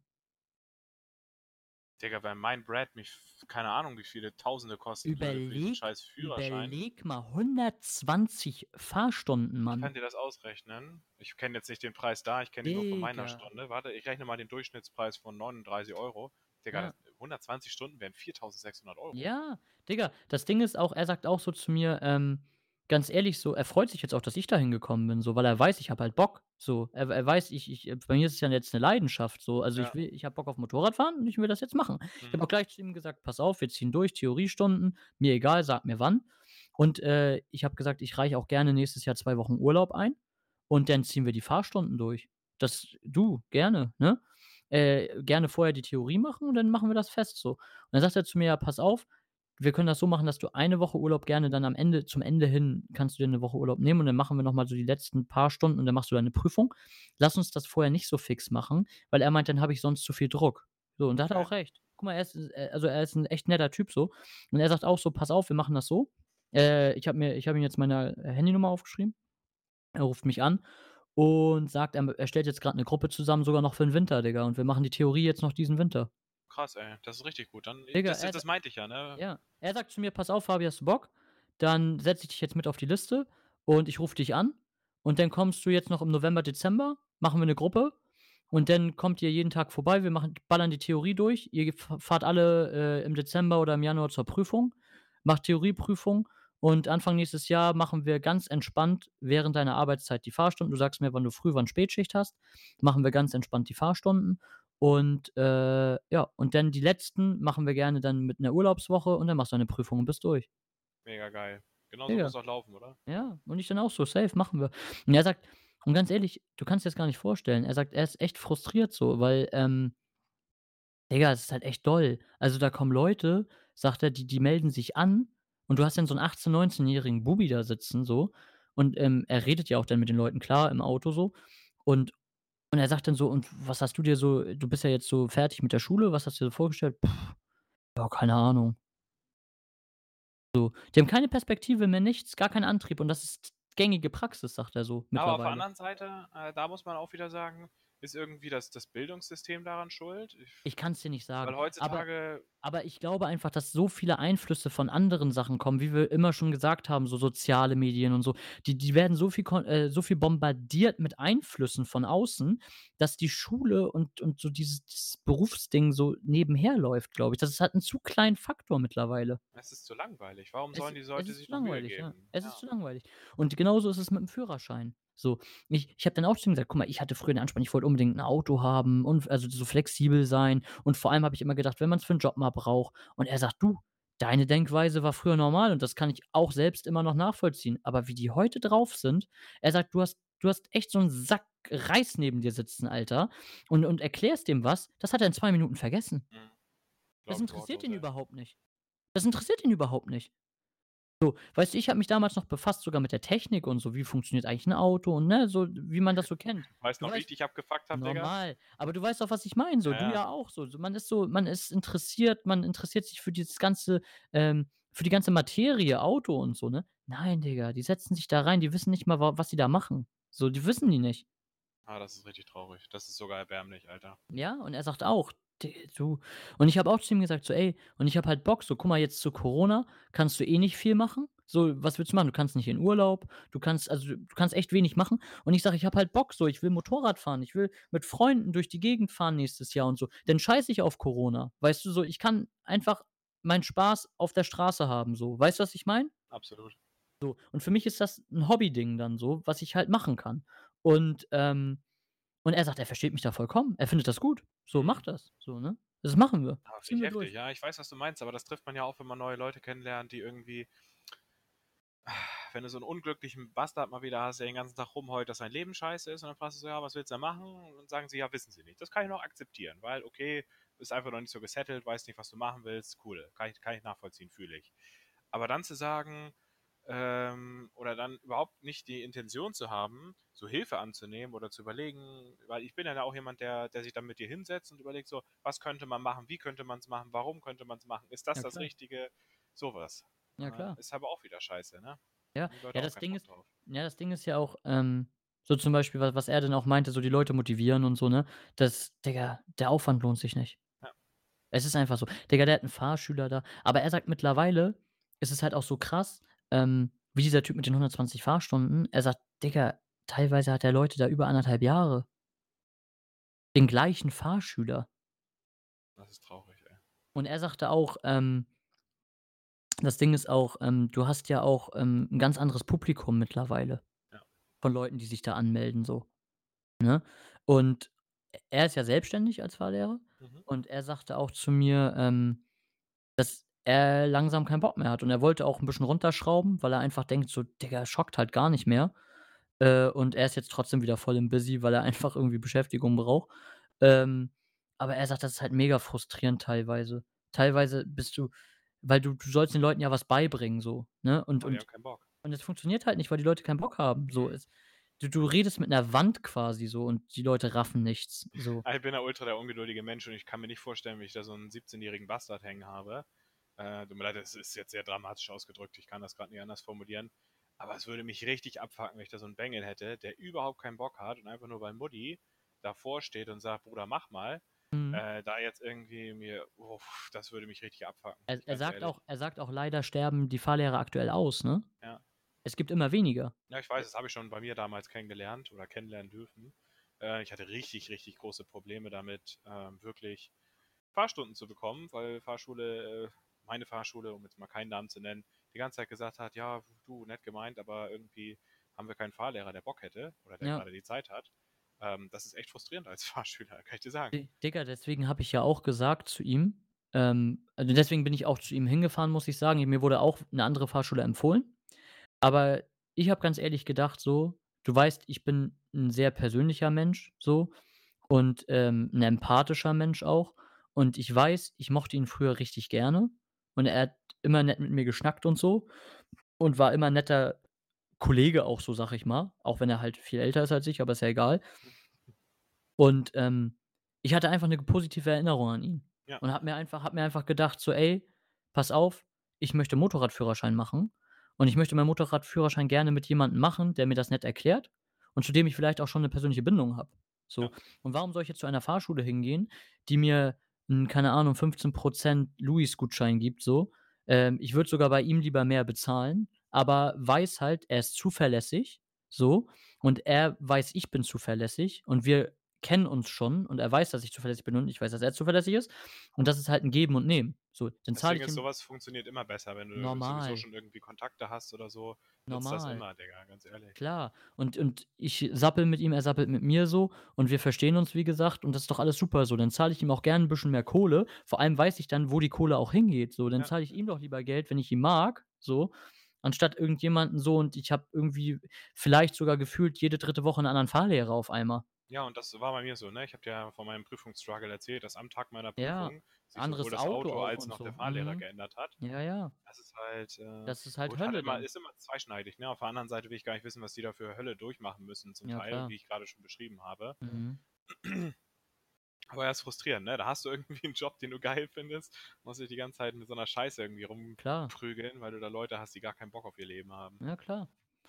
Digga, wenn mein Brad mich f keine Ahnung, wie viele Tausende kosten würde für diesen Überleg scheiß Führerschein. überleg mal, hundertzwanzig Fahrstunden, Ich Mann. kann dir das ausrechnen. Ich kenne jetzt nicht den Preis da, ich kenne ihn nur von meiner Digga. Stunde. Warte, ich rechne mal den Durchschnittspreis von neununddreißig Euro. Digga, Ja. das hundertzwanzig Stunden wären viertausendsechshundert Euro. Ja, Digga, das Ding ist auch, er sagt auch so zu mir, ähm, ganz ehrlich so, er freut sich jetzt auch, dass ich da hingekommen bin, so, weil er weiß, ich habe halt Bock, so. Er er weiß, ich ich äh, bei mir ist es ja jetzt 'ne Leidenschaft so. Also, ich Ja. will ich habe Bock auf Motorradfahren und ich will das jetzt machen. Ich habe Mhm. auch gleich zu ihm gesagt: „Pass auf, wir ziehen durch, Theoriestunden, mir egal, sag mir wann.“ Und, äh, ich habe gesagt, ich reiche auch gerne nächstes Jahr zwei Wochen Urlaub ein und dann ziehen wir die Fahrstunden durch. Das du, gerne, ne? Äh, gerne vorher die Theorie machen und dann machen wir das fest so. Und dann sagt er zu mir: „Ja, pass auf, wir können das so machen, dass du eine Woche Urlaub gerne dann am Ende zum Ende hin kannst du dir 'ne Woche Urlaub nehmen und dann machen wir noch mal so die letzten paar Stunden und dann machst du deine Prüfung. Lass uns das vorher nicht so fix machen“, weil er meint, dann habe ich sonst zu viel Druck. So, und da hat er Okay. auch recht. Guck mal, er ist äh, also, er ist 'n echt netter Typ so. Und er sagt auch so: „Pass auf, wir machen das so.“ Äh, ich habe mir ich habe ihm jetzt meine Handynummer aufgeschrieben. Er ruft mich an und sagt, er er stellt jetzt grad 'ne Gruppe zusammen, sogar noch für 'n Winter, Digga, und wir machen die Theorie jetzt noch diesen Winter. Krass, ey, das ist richtig gut. Dann Digga, das er das sa meinte ich ja, ne? ja, er sagt zu mir: „Pass auf, Fabi, hast du Bock? Dann setze ich dich jetzt mit auf die Liste und ich rufe dich an und dann kommst du jetzt noch im November, Dezember, machen wir 'ne Gruppe und dann kommt ihr jeden Tag vorbei. Wir machen ballern die Theorie durch. Ihr f fahrt alle, äh, im Dezember oder im Januar zur Prüfung, macht Theorieprüfung und Anfang nächstes Jahr machen wir ganz entspannt während deiner Arbeitszeit die Fahrstunden. Du sagst mir, wann du Früh wann Spätschicht hast, machen wir ganz entspannt die Fahrstunden und, äh, ja, und dann die letzten machen wir gerne dann mit 'ner Urlaubswoche und dann machst du deine Prüfung und bist durch.“ Mega geil. Genauso Digga. muss auch laufen, oder? Ja, und ich dann auch so: „Safe, machen wir.“ Und er sagt und ganz ehrlich, du kannst dir das gar nicht vorstellen. Er sagt, er ist echt frustriert so, weil, ähm Digga, es ist halt echt doll. Also, da kommen Leute, sagt er, die die melden sich an und du hast dann so 'n achtzehn neunzehnjährigen Bubbi da sitzen so und, ähm, er redet ja auch dann mit den Leuten, klar, im Auto so und und er sagt dann so: „Und was hast du dir so du bist ja jetzt so fertig mit der Schule, was hast du dir so vorgestellt?“ „Ja, keine Ahnung.“ So, die haben keine Perspektive mehr, nichts, gar keinen Antrieb und das ist gängige Praxis, sagt er so Aber auf der mittlerweile. anderen Seite, äh, da muss man auch wieder sagen, ist irgendwie das das Bildungssystem daran schuld? Ich Ich kann's dir nicht sagen, weil aber heutzutage aber ich glaube einfach, dass so viele Einflüsse von anderen Sachen kommen, wie wir immer schon gesagt haben, so soziale Medien und so. Die die werden so viel kon äh, so viel bombardiert mit Einflüssen von außen, dass die Schule und und so dieses dieses Berufsding so nebenher läuft, glaube ich. Das hat 'n zu kleinen Faktor mittlerweile. Es ist zu langweilig. Warum Es sollen die es Leute ist sich zu noch Mühe langweilig, ja. geben? Es ist Ja. zu langweilig. Und genauso ist es mit'm Führerschein. So, ich ich habe dann auch zu ihm gesagt: „Guck mal, ich hatte früher den Ansporn, ich wollte unbedingt 'n Auto haben und also, so flexibel sein.“ Und vor allem habe ich immer gedacht, wenn man's für 'n Job mal braucht und er sagt: „Du, deine Denkweise war früher normal und das kann ich auch selbst immer noch nachvollziehen. Aber wie die heute drauf sind“ er sagt: „Du hast du hast echt so 'n Sack Reis neben dir sitzen, Alter, und und erklärst dem was, das hat er in zwei Minuten vergessen.“ Mhm. Das Glaube ich interessiert wortlos, ihn ey. überhaupt nicht. Das interessiert ihn überhaupt nicht. So, weißt du, ich habe mich damals noch befasst sogar mit der Technik und so. Wie funktioniert eigentlich 'n Auto und, ne, so wie man das so kennt. Weißt Du noch, wie ich weißt dich abgefuckt habe, Digga? normal, aber du weißt doch, was ich meine so, Ja, du ja. ja auch so. So, man ist so man ist interessiert, man interessiert sich für dieses ganze ähm, für die ganze Materie Auto und so, ne? Nein, Digga, die setzen sich da rein, die wissen nicht mal, wa was sie da machen. So, die wissen die nicht. Ah, das ist richtig traurig. Das ist sogar erbärmlich, Alter. Ja, und er sagt auch D du und ich habe auch zu ihm gesagt so: „Ey, und ich habe halt Bock so, guck mal, jetzt zu Corona kannst du eh nicht viel machen. So, was willst du machen? Du kannst nicht in Urlaub, du kannst also, du du kannst echt wenig machen.“ Und ich sage: „Ich habe halt Bock so, ich will Motorrad fahren, ich will mit Freunden durch die Gegend fahren nächstes Jahr und so. Dann scheiße ich auf Corona.“ Weißt du, so, ich kann einfach meinen Spaß auf der Straße haben so. Weißt du, was ich meine? Absolut. So, und für mich ist das 'n Hobbyding dann so, was ich halt machen kann. Und, ähm und er sagt, er versteht mich da vollkommen. Er findet das gut. So, mach Mhm. das, so, ne? Das machen wir. Ah, finde Ziehen ich wir heftig. durch. Ja, ich weiß, was du meinst, aber das trifft man ja auch, wenn man neue Leute kennenlernt, die irgendwie wenn du so 'n unglücklichen Bastard mal wieder hast, der den ganzen Tag rumheult, dass sein Leben scheiße ist und dann fragst du so: „Ja, was willst du denn machen?“ Und dann sagen sie: „Ja, wissen sie nicht.“ Das kann ich noch akzeptieren, weil okay, bist einfach noch nicht so gesettelt, weißt nicht, was du machen willst, cool. Kann ich kann ich nachvollziehen, fühle ich. Aber dann zu sagen, ähm oder dann überhaupt nicht die Intention zu haben, so Hilfe anzunehmen oder zu überlegen weil ich bin ja dann auch jemand, der der sich dann mit dir hinsetzt und überlegt so: „Was könnte man machen? Wie könnte man's machen? Warum könnte man's machen? Ist das Ja, das klar. Richtige?“ So was. Ja, Ähm, klar. ist aber auch wieder scheiße, ne? Ja, Haben die ja, Leute auch das keinen Ding Bock ist drauf. ja, das Ding ist ja auch, ähm, so zum Beispiel, wa was er dann auch meinte, so die Leute motivieren und so, ne? Das Digga, der Aufwand lohnt sich nicht. Ja. Es ist einfach so. Digga, der hat 'n Fahrschüler da. Aber er sagt, mittlerweile ist es halt auch so krass, ähm, wie dieser Typ mit den hundertzwanzig Fahrstunden. Er sagt: „Digga, teilweise hat der Leute da über anderthalb Jahre.“ Den gleichen Fahrschüler. Das ist traurig, ey. Und er sagte auch, ähm das Ding ist auch, ähm, du hast ja auch, ähm, 'n ganz anderes Publikum mittlerweile Ja. von Leuten, die sich da anmelden so, ne? Und e er ist ja selbstständig als Fahrlehrer Mhm. und er sagte auch zu mir, ähm, dass er langsam keinen Bock mehr hat und er wollte auch 'n bisschen runterschrauben, weil er einfach denkt so: „Digga, schockt halt gar nicht mehr.“ Äh, und er ist jetzt trotzdem wieder voll im Busy, weil er einfach irgendwie Beschäftigung braucht. Ähm, aber er sagt, das ist halt mega frustrierend teilweise. Teilweise bist du weil du du sollst den Leuten ja was beibringen so, ne? Und Aber die haben und keinen Bock. und es funktioniert halt nicht, weil die Leute keinen Bock haben. So, Mhm. es du du redest mit 'ner Wand quasi so und die Leute raffen nichts, so. Ah, ich bin der ultra der ungeduldige Mensch und ich kann mir nicht vorstellen, wie ich da so 'n siebzehnjährigen Bastard hängen habe. Äh, tut mir leid, das ist jetzt sehr dramatisch ausgedrückt. Ich kann das grad nicht anders formulieren. Aber es würde mich richtig abfucken, wenn ich da so 'n Bengel hätte, der überhaupt keinen Bock hat und einfach nur, weil Mutti davor steht und sagt: „Bruder, mach mal“, Mhm. äh, da jetzt irgendwie mir uff, das würde mich richtig abfucken, bin Er ich er ganz sagt ehrlich. auch er sagt auch: „Leider sterben die Fahrlehrer aktuell aus“, ne? Ja. Es gibt immer weniger. Ja, ich weiß, das habe ich schon bei mir damals kennengelernt oder kennenlernen dürfen. Äh, ich hatte richtig, richtig große Probleme damit, ähm, wirklich Fahrstunden zu bekommen, weil Fahrschule äh, meine Fahrschule, um jetzt mal keinen Namen zu nennen, die ganze Zeit gesagt hat: „Ja, du, nett gemeint, aber irgendwie haben wir keinen Fahrlehrer, der Bock hätte oder der Ja. grade die Zeit hat.“ Ähm, das ist echt frustrierend als Fahrschüler, kann ich dir sagen. Di Digga, deswegen habe ich ja auch gesagt zu ihm ähm, also, deswegen bin ich auch zu ihm hingefahren, muss ich sagen. Mir wurde auch 'ne andere Fahrschule empfohlen. Aber ich habe ganz ehrlich gedacht so: „Du weißt, ich bin 'n sehr persönlicher Mensch so und, ähm, 'n empathischer Mensch auch. Und ich weiß, ich mochte ihn früher richtig gerne und er hat immer nett mit mir geschnackt und so und war immer 'n netter Kollege auch so, sage ich mal, auch wenn er halt viel älter ist als ich, aber ist ja egal.“ Und, ähm, ich hatte einfach 'ne positive Erinnerung an ihn Ja. und habe mir einfach habe mir einfach gedacht so: „Ey, pass auf, ich möchte Motorradführerschein machen und ich möchte meinen Motorradführerschein gerne mit jemandem machen, der mir das nett erklärt und zu dem ich vielleicht auch schon 'ne persönliche Bindung habe.“ Ja. So, und warum soll ich jetzt zu einer Fahrschule hingehen, die mir 'n, keine Ahnung, fünfzehn Prozent Louis-Gutschein gibt so? Ähm, ich würde sogar bei ihm lieber mehr bezahlen, aber weiß halt, er ist zuverlässig so und er weiß, ich bin zuverlässig und wir kennen uns schon und er weiß, dass ich zuverlässig bin und ich weiß, dass er zuverlässig ist und das ist halt 'n Geben und Nehmen. So, dann Das zahle Ding ich ist, so ihm was funktioniert immer besser, wenn du sowieso Normal. schon irgendwie Kontakte hast oder so, nutzt das Normal. immer, Digga, ganz ehrlich. Klar. Und und ich sappele mit ihm, er sappelt mit mir so und wir verstehen uns, wie gesagt, und das ist doch alles super so. Dann zahle ich ihm auch gern 'n bisschen mehr Kohle. Vor allem weiß ich dann, wo die Kohle auch hingeht so. Dann Ja. zahle ich ihm doch lieber Geld, wenn ich ihn mag, so, anstatt irgendjemanden so und ich habe irgendwie vielleicht sogar gefühlt jede dritte Woche 'n anderen Fahrlehrer auf einmal. Ja, und das war bei mir so, ne? Ich habe dir ja von meinem Prüfungsstruggle erzählt, dass am Tag meiner Ja, Prüfung sich sowohl anderes das Auto Auto auch als und noch der so. Fahrlehrer Mhm. geändert hat. Ja, ja. Das ist halt, äh Das ist halt gut, hat Hölle immer dann. ist immer zweischneidig, ne? Auf der anderen Seite will ich gar nicht wissen, was die da für Hölle durchmachen müssen zum Ja, Teil, klar. wie ich grade schon beschrieben habe. Mhm. Aber ja, ist frustrierend, ne? Da hast du irgendwie 'n Job, den du geil findest, musst dich die ganze Zeit mit so 'ner Scheiße irgendwie Klar. rumprügeln, weil du da Leute hast, die gar keinen Bock auf ihr Leben haben. Ja, klar.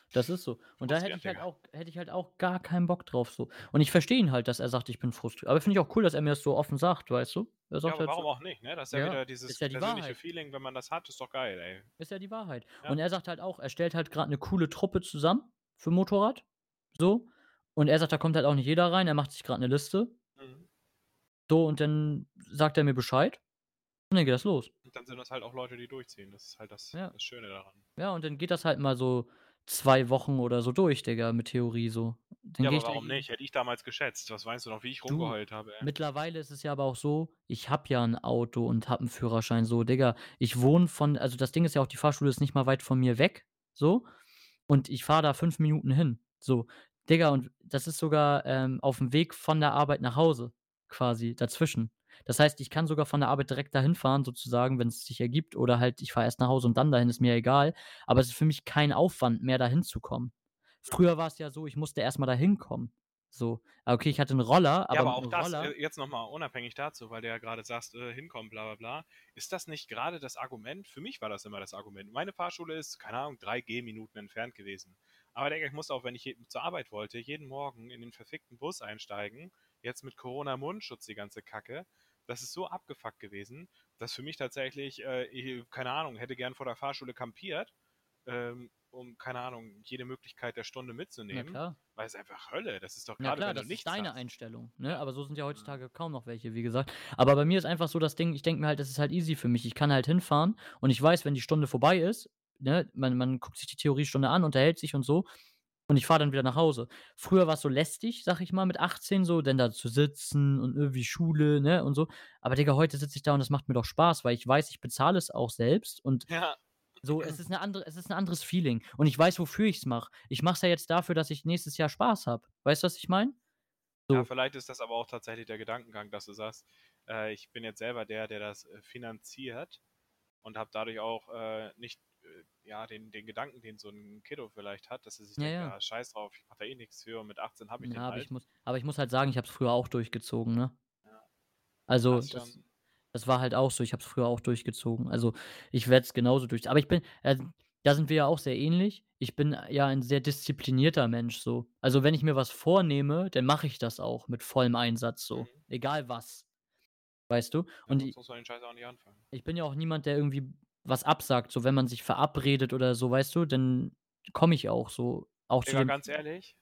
Das ist so. Und da hätte Frustrierend, ich halt Digga. auch hätte ich halt auch gar keinen Bock drauf so. Und ich verstehe ihn halt, dass er sagt: „Ich bin frustriert.“ Aber finde ich auch cool, dass er mir das so offen sagt, weißt du? Er Ja, sagt aber halt so warum auch nicht, ne? Das ist ja ja, wieder ist dieses ja die persönliche Wahrheit. Feeling, wenn man das hat, ist doch geil, ey. Ist ja die Wahrheit. Ja. Und er sagt halt auch, er stellt halt grad 'ne coole Truppe zusammen für Motorrad, so. Und er sagt, da kommt halt auch nicht jeder rein. Er macht sich grad 'ne Liste. Mhm. So, und dann sagt er mir Bescheid und dann geht das los. Und dann sind das halt auch Leute, die durchziehen. Das ist halt das Ja. das Schöne daran. Ja, und dann geht das halt mal so zwei Wochen oder so durch, Digga, mit Theorie so. Dann Ja, gehe aber ich da warum jeden nicht? Hätte ich damals geschätzt. Was meinst du noch, wie ich Du, rumgeheult habe, ey? mittlerweile ist es ja aber auch so, ich habe ja 'n Auto und habe 'n Führerschein so, Digga. Ich wohne von also, das Ding ist ja auch, die Fahrschule ist nicht mal weit von mir weg, so. Und ich fahre da fünf Minuten hin, so. Digga, und das ist sogar, ähm, aufm Weg von der Arbeit nach Hause quasi dazwischen. Das heißt, ich kann sogar von der Arbeit direkt dahin fahren sozusagen, wenn's sich ergibt, oder halt ich fahre erst nach Hause und dann dahin, ist mir egal. Aber es ist für mich kein Aufwand mehr, da hinzukommen. Mhm. Früher war's ja so, ich musste erst mal da hinkommen, so. Ah, okay, ich hatte 'n Roller, Ja, aber aber mit auch 'nem das, äh, Roller jetzt noch mal unabhängig dazu, weil du ja grade sagst, äh, hinkommen, bla bla bla. Ist das nicht grade das Argument? Für mich war das immer das Argument. Meine Fahrschule ist, keine Ahnung, drei Gehminuten entfernt gewesen. Aber Digga, ich musste auch, wenn ich je zur Arbeit wollte, jeden Morgen in den verfickten Bus einsteigen. Jetzt mit Corona Mundschutz, die ganze Kacke. Das ist so abgefuckt gewesen, dass für mich tatsächlich, äh, i keine Ahnung, hätte gern vor der Fahrschule kampiert, ähm, um, keine Ahnung, jede Möglichkeit der Stunde Na mitzunehmen, klar. weil es einfach Hölle. Das ist doch Na grade, klar, wenn du das ist nichts deine hast. Einstellung, ne? Ja. Aber so sind ja Mhm. heutzutage kaum noch welche, wie gesagt. Aber bei mir ist einfach so das Ding, ich denke mir halt, das ist halt easy für mich. Ich kann halt hinfahren und ich weiß, wenn die Stunde vorbei ist, ne, man man guckt sich die Theoriestunde an, unterhält sich und so und ich fahre dann wieder nach Hause. Früher war's so lästig, sage ich mal, mit achtzehn so, denn da zu sitzen und irgendwie Schule, ne, und so. Aber Digga, heute sitze ich da und das macht mir doch Spaß, weil ich weiß, ich bezahle es auch selbst und Ja. so, es ist 'ne andere es ist 'n anderes Feeling. Und ich weiß, wofür ich's mache. Ich mache es ja jetzt dafür, dass ich nächstes Jahr Spaß habe. Weißt du, was ich meine? Ja, So. vielleicht ist das aber auch tatsächlich der Gedankengang, dass du sagst, äh, ich bin jetzt selber der, der das, äh, finanziert und habe dadurch auch, äh, nicht, äh, ja, den den Gedanken, den so 'n Kiddo vielleicht hat, dass er sich Ja, denkt: ja. „Ja, scheiß drauf, ich mache da eh nix für und mit achtzehn habe ich Ja, den aber ich halt.“ muss aber ich muss halt sagen, ich habe es früher auch durchgezogen, ne? Ja. Also, Das das schon das war halt auch so. Ich habe es früher auch durchgezogen. Also, ich werde es genauso durch aber ich bin äh, da sind wir ja auch sehr ähnlich. Ich bin ja ein sehr disziplinierter Mensch so. Also, wenn ich mir was vornehme, dann mache ich das auch mit vollem Einsatz so, Mhm. egal was, weißt du? Ja, Und sonst i muss man den Scheiß auch nicht anfangen. ich bin ja auch niemand, der irgendwie was absagt. So, wenn man sich verabredet oder so, weißt du, dann komme ich auch so, auch zu Digga, dem ganz ehrlich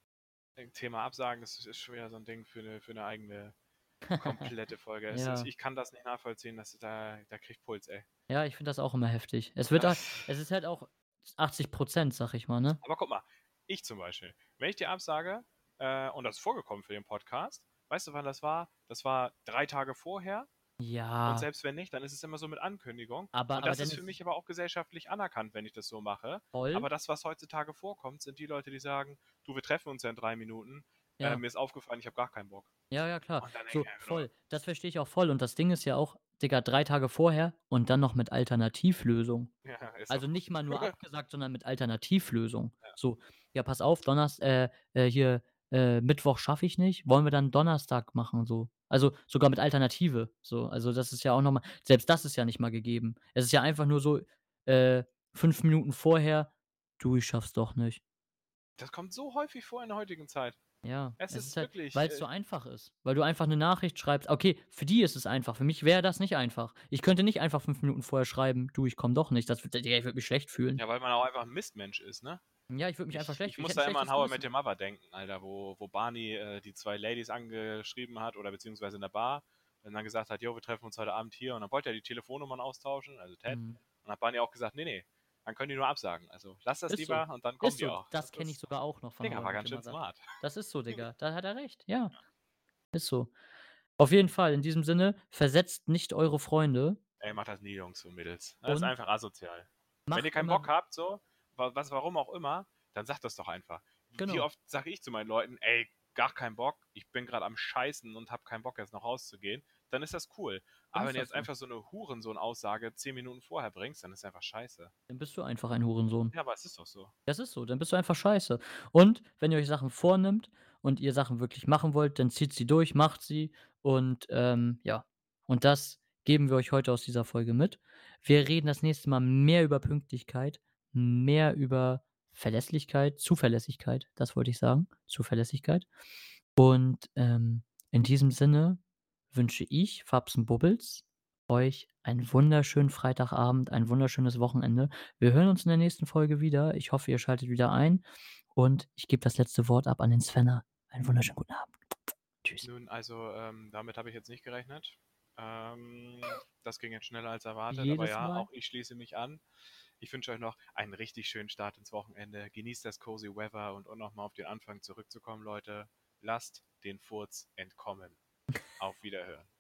äh, Thema Absagen, das ist schon wieder so 'n Ding für 'ne für 'ne eigene komplette Folge. Es ist Ja. ich kann das nicht nachvollziehen, dass da da kriege ich Puls, ey. Ja, ich finde das auch immer heftig. Es wird halt es ist halt auch achtzig Prozent, sage ich mal, ne? Aber guck mal, ich zum Beispiel, wenn ich dir absage, äh, und das ist vorgekommen für den Podcast, weißt du, wann das war? Das war drei Tage vorher und Ja. selbst wenn nicht, dann ist es immer so mit Ankündigung Aber und aber das dann ist für ist es mich aber auch gesellschaftlich anerkannt, wenn ich das so mache. Voll. Aber das, was heutzutage vorkommt, sind die Leute, die sagen: „Du, wir treffen uns ja in drei Minuten. Äh, Ja. mir ist aufgefallen, ich habe gar keinen Bock.“ Ja, ja, klar. Und dann denke ich So, mir einfach nur voll. Das verstehe ich auch voll. Und das Ding ist ja auch, Digga, drei Tage vorher und dann noch mit Alternativlösung. Ja, ist so. Also, nicht mal nur abgesagt, sondern mit Alternativlösung. Ja. So: „Ja, pass auf, Donners äh, äh, hier, äh, Mittwoch schaffe ich nicht. Wollen wir dann Donnerstag machen?“ So. Also, sogar mit Alternative, so. Also, das ist ja auch noch mal selbst das ist ja nicht mal gegeben. Es ist ja einfach nur so, äh, fünf Minuten vorher: „Du, ich schaffe es doch nicht.“ Das kommt so häufig vor in der heutigen Zeit. Ja, Es es ist ist halt wirklich, weil's äh so einfach ist, weil du einfach 'ne Nachricht schreibst. Okay, für die ist es einfach. Für mich wäre das nicht einfach. Ich könnte nicht einfach fünf Minuten vorher schreiben: „Du, ich komme doch nicht.“ Das würde Digga, ich würde mich schlecht fühlen. Ja, weil man auch einfach 'n Mistmensch ist, ne? Ja, ich würde mich einfach Ich schlecht ich fühlen. Ich muss hätte 'n da immer an schlechtes „How I Met Gewissen. Your Mother“ denken, Alter, wo wo Barney, äh, die zwei Ladies angeschrieben hat oder beziehungsweise in der Bar und dann gesagt hat: „Jo, wir treffen uns heute Abend hier.“ Und dann wollte er die Telefonnummern austauschen, also Ted. Mhm. Und hat Barney auch gesagt: „Ne, ne, dann können die nur absagen. Also, lass das Ist so. lieber und dann kommen Ist die so. auch.“ Das Das kenne ich ist sogar auch noch von Digga, „How I war Met ganz Your schön Mother“. smart. Das ist so, Digga. Da hat er recht, ja. Ja. Ist so. Auf jeden Fall, in diesem Sinne, versetzt nicht eure Freunde. Ey, macht das nie, Jungs und Mädels. Das ist Und einfach asozial. Wenn ihr macht keinen immer Bock w habt so, wa was warum auch immer, dann sagt das doch einfach. Wie Genau. oft sage ich zu meinen Leuten: „Ey, gar keinen Bock, ich bin grad am Scheißen und habe keinen Bock, jetzt noch rauszugehen.“ Dann ist das cool. Dann Aber wenn ist du das jetzt so. einfach so 'ne Hurensohn-Aussage zehn Minuten vorher bringst, dann ist einfach scheiße. Dann bist du einfach ein Hurensohn. Ja, aber es ist doch so. Das ist so, dann bist du einfach scheiße. Und wenn ihr euch Sachen vornimmt und ihr Sachen wirklich machen wollt, dann zieht sie durch, macht sie und, ähm, ja. Und das geben wir euch heute aus dieser Folge mit. Wir reden das nächste Mal mehr über Pünktlichkeit, mehr über Verlässlichkeit Zuverlässigkeit, das wollte ich sagen, Zuverlässigkeit. Und, ähm, in diesem Sinne wünsche ich, Fabs und Bubbles, euch einen wunderschönen Freitagabend, ein wunderschönes Wochenende. Wir hören uns in der nächsten Folge wieder. Ich hoffe, ihr schaltet wieder ein und ich gebe das letzte Wort ab an den Svenner. Einen wunderschönen guten Abend. Tschüss. Nun, also ähm, damit habe ich jetzt nicht gerechnet. Ähm, das ging jetzt schneller als erwartet, aber Jedes ja, Mal. auch ich schließe mich an. Ich wünsche euch noch einen richtig schönen Start ins Wochenende. Genießt das cozy Weather und um nochmal auf den Anfang zurückzukommen, Leute. Lasst den Furz entkommen. Auf Wiederhören.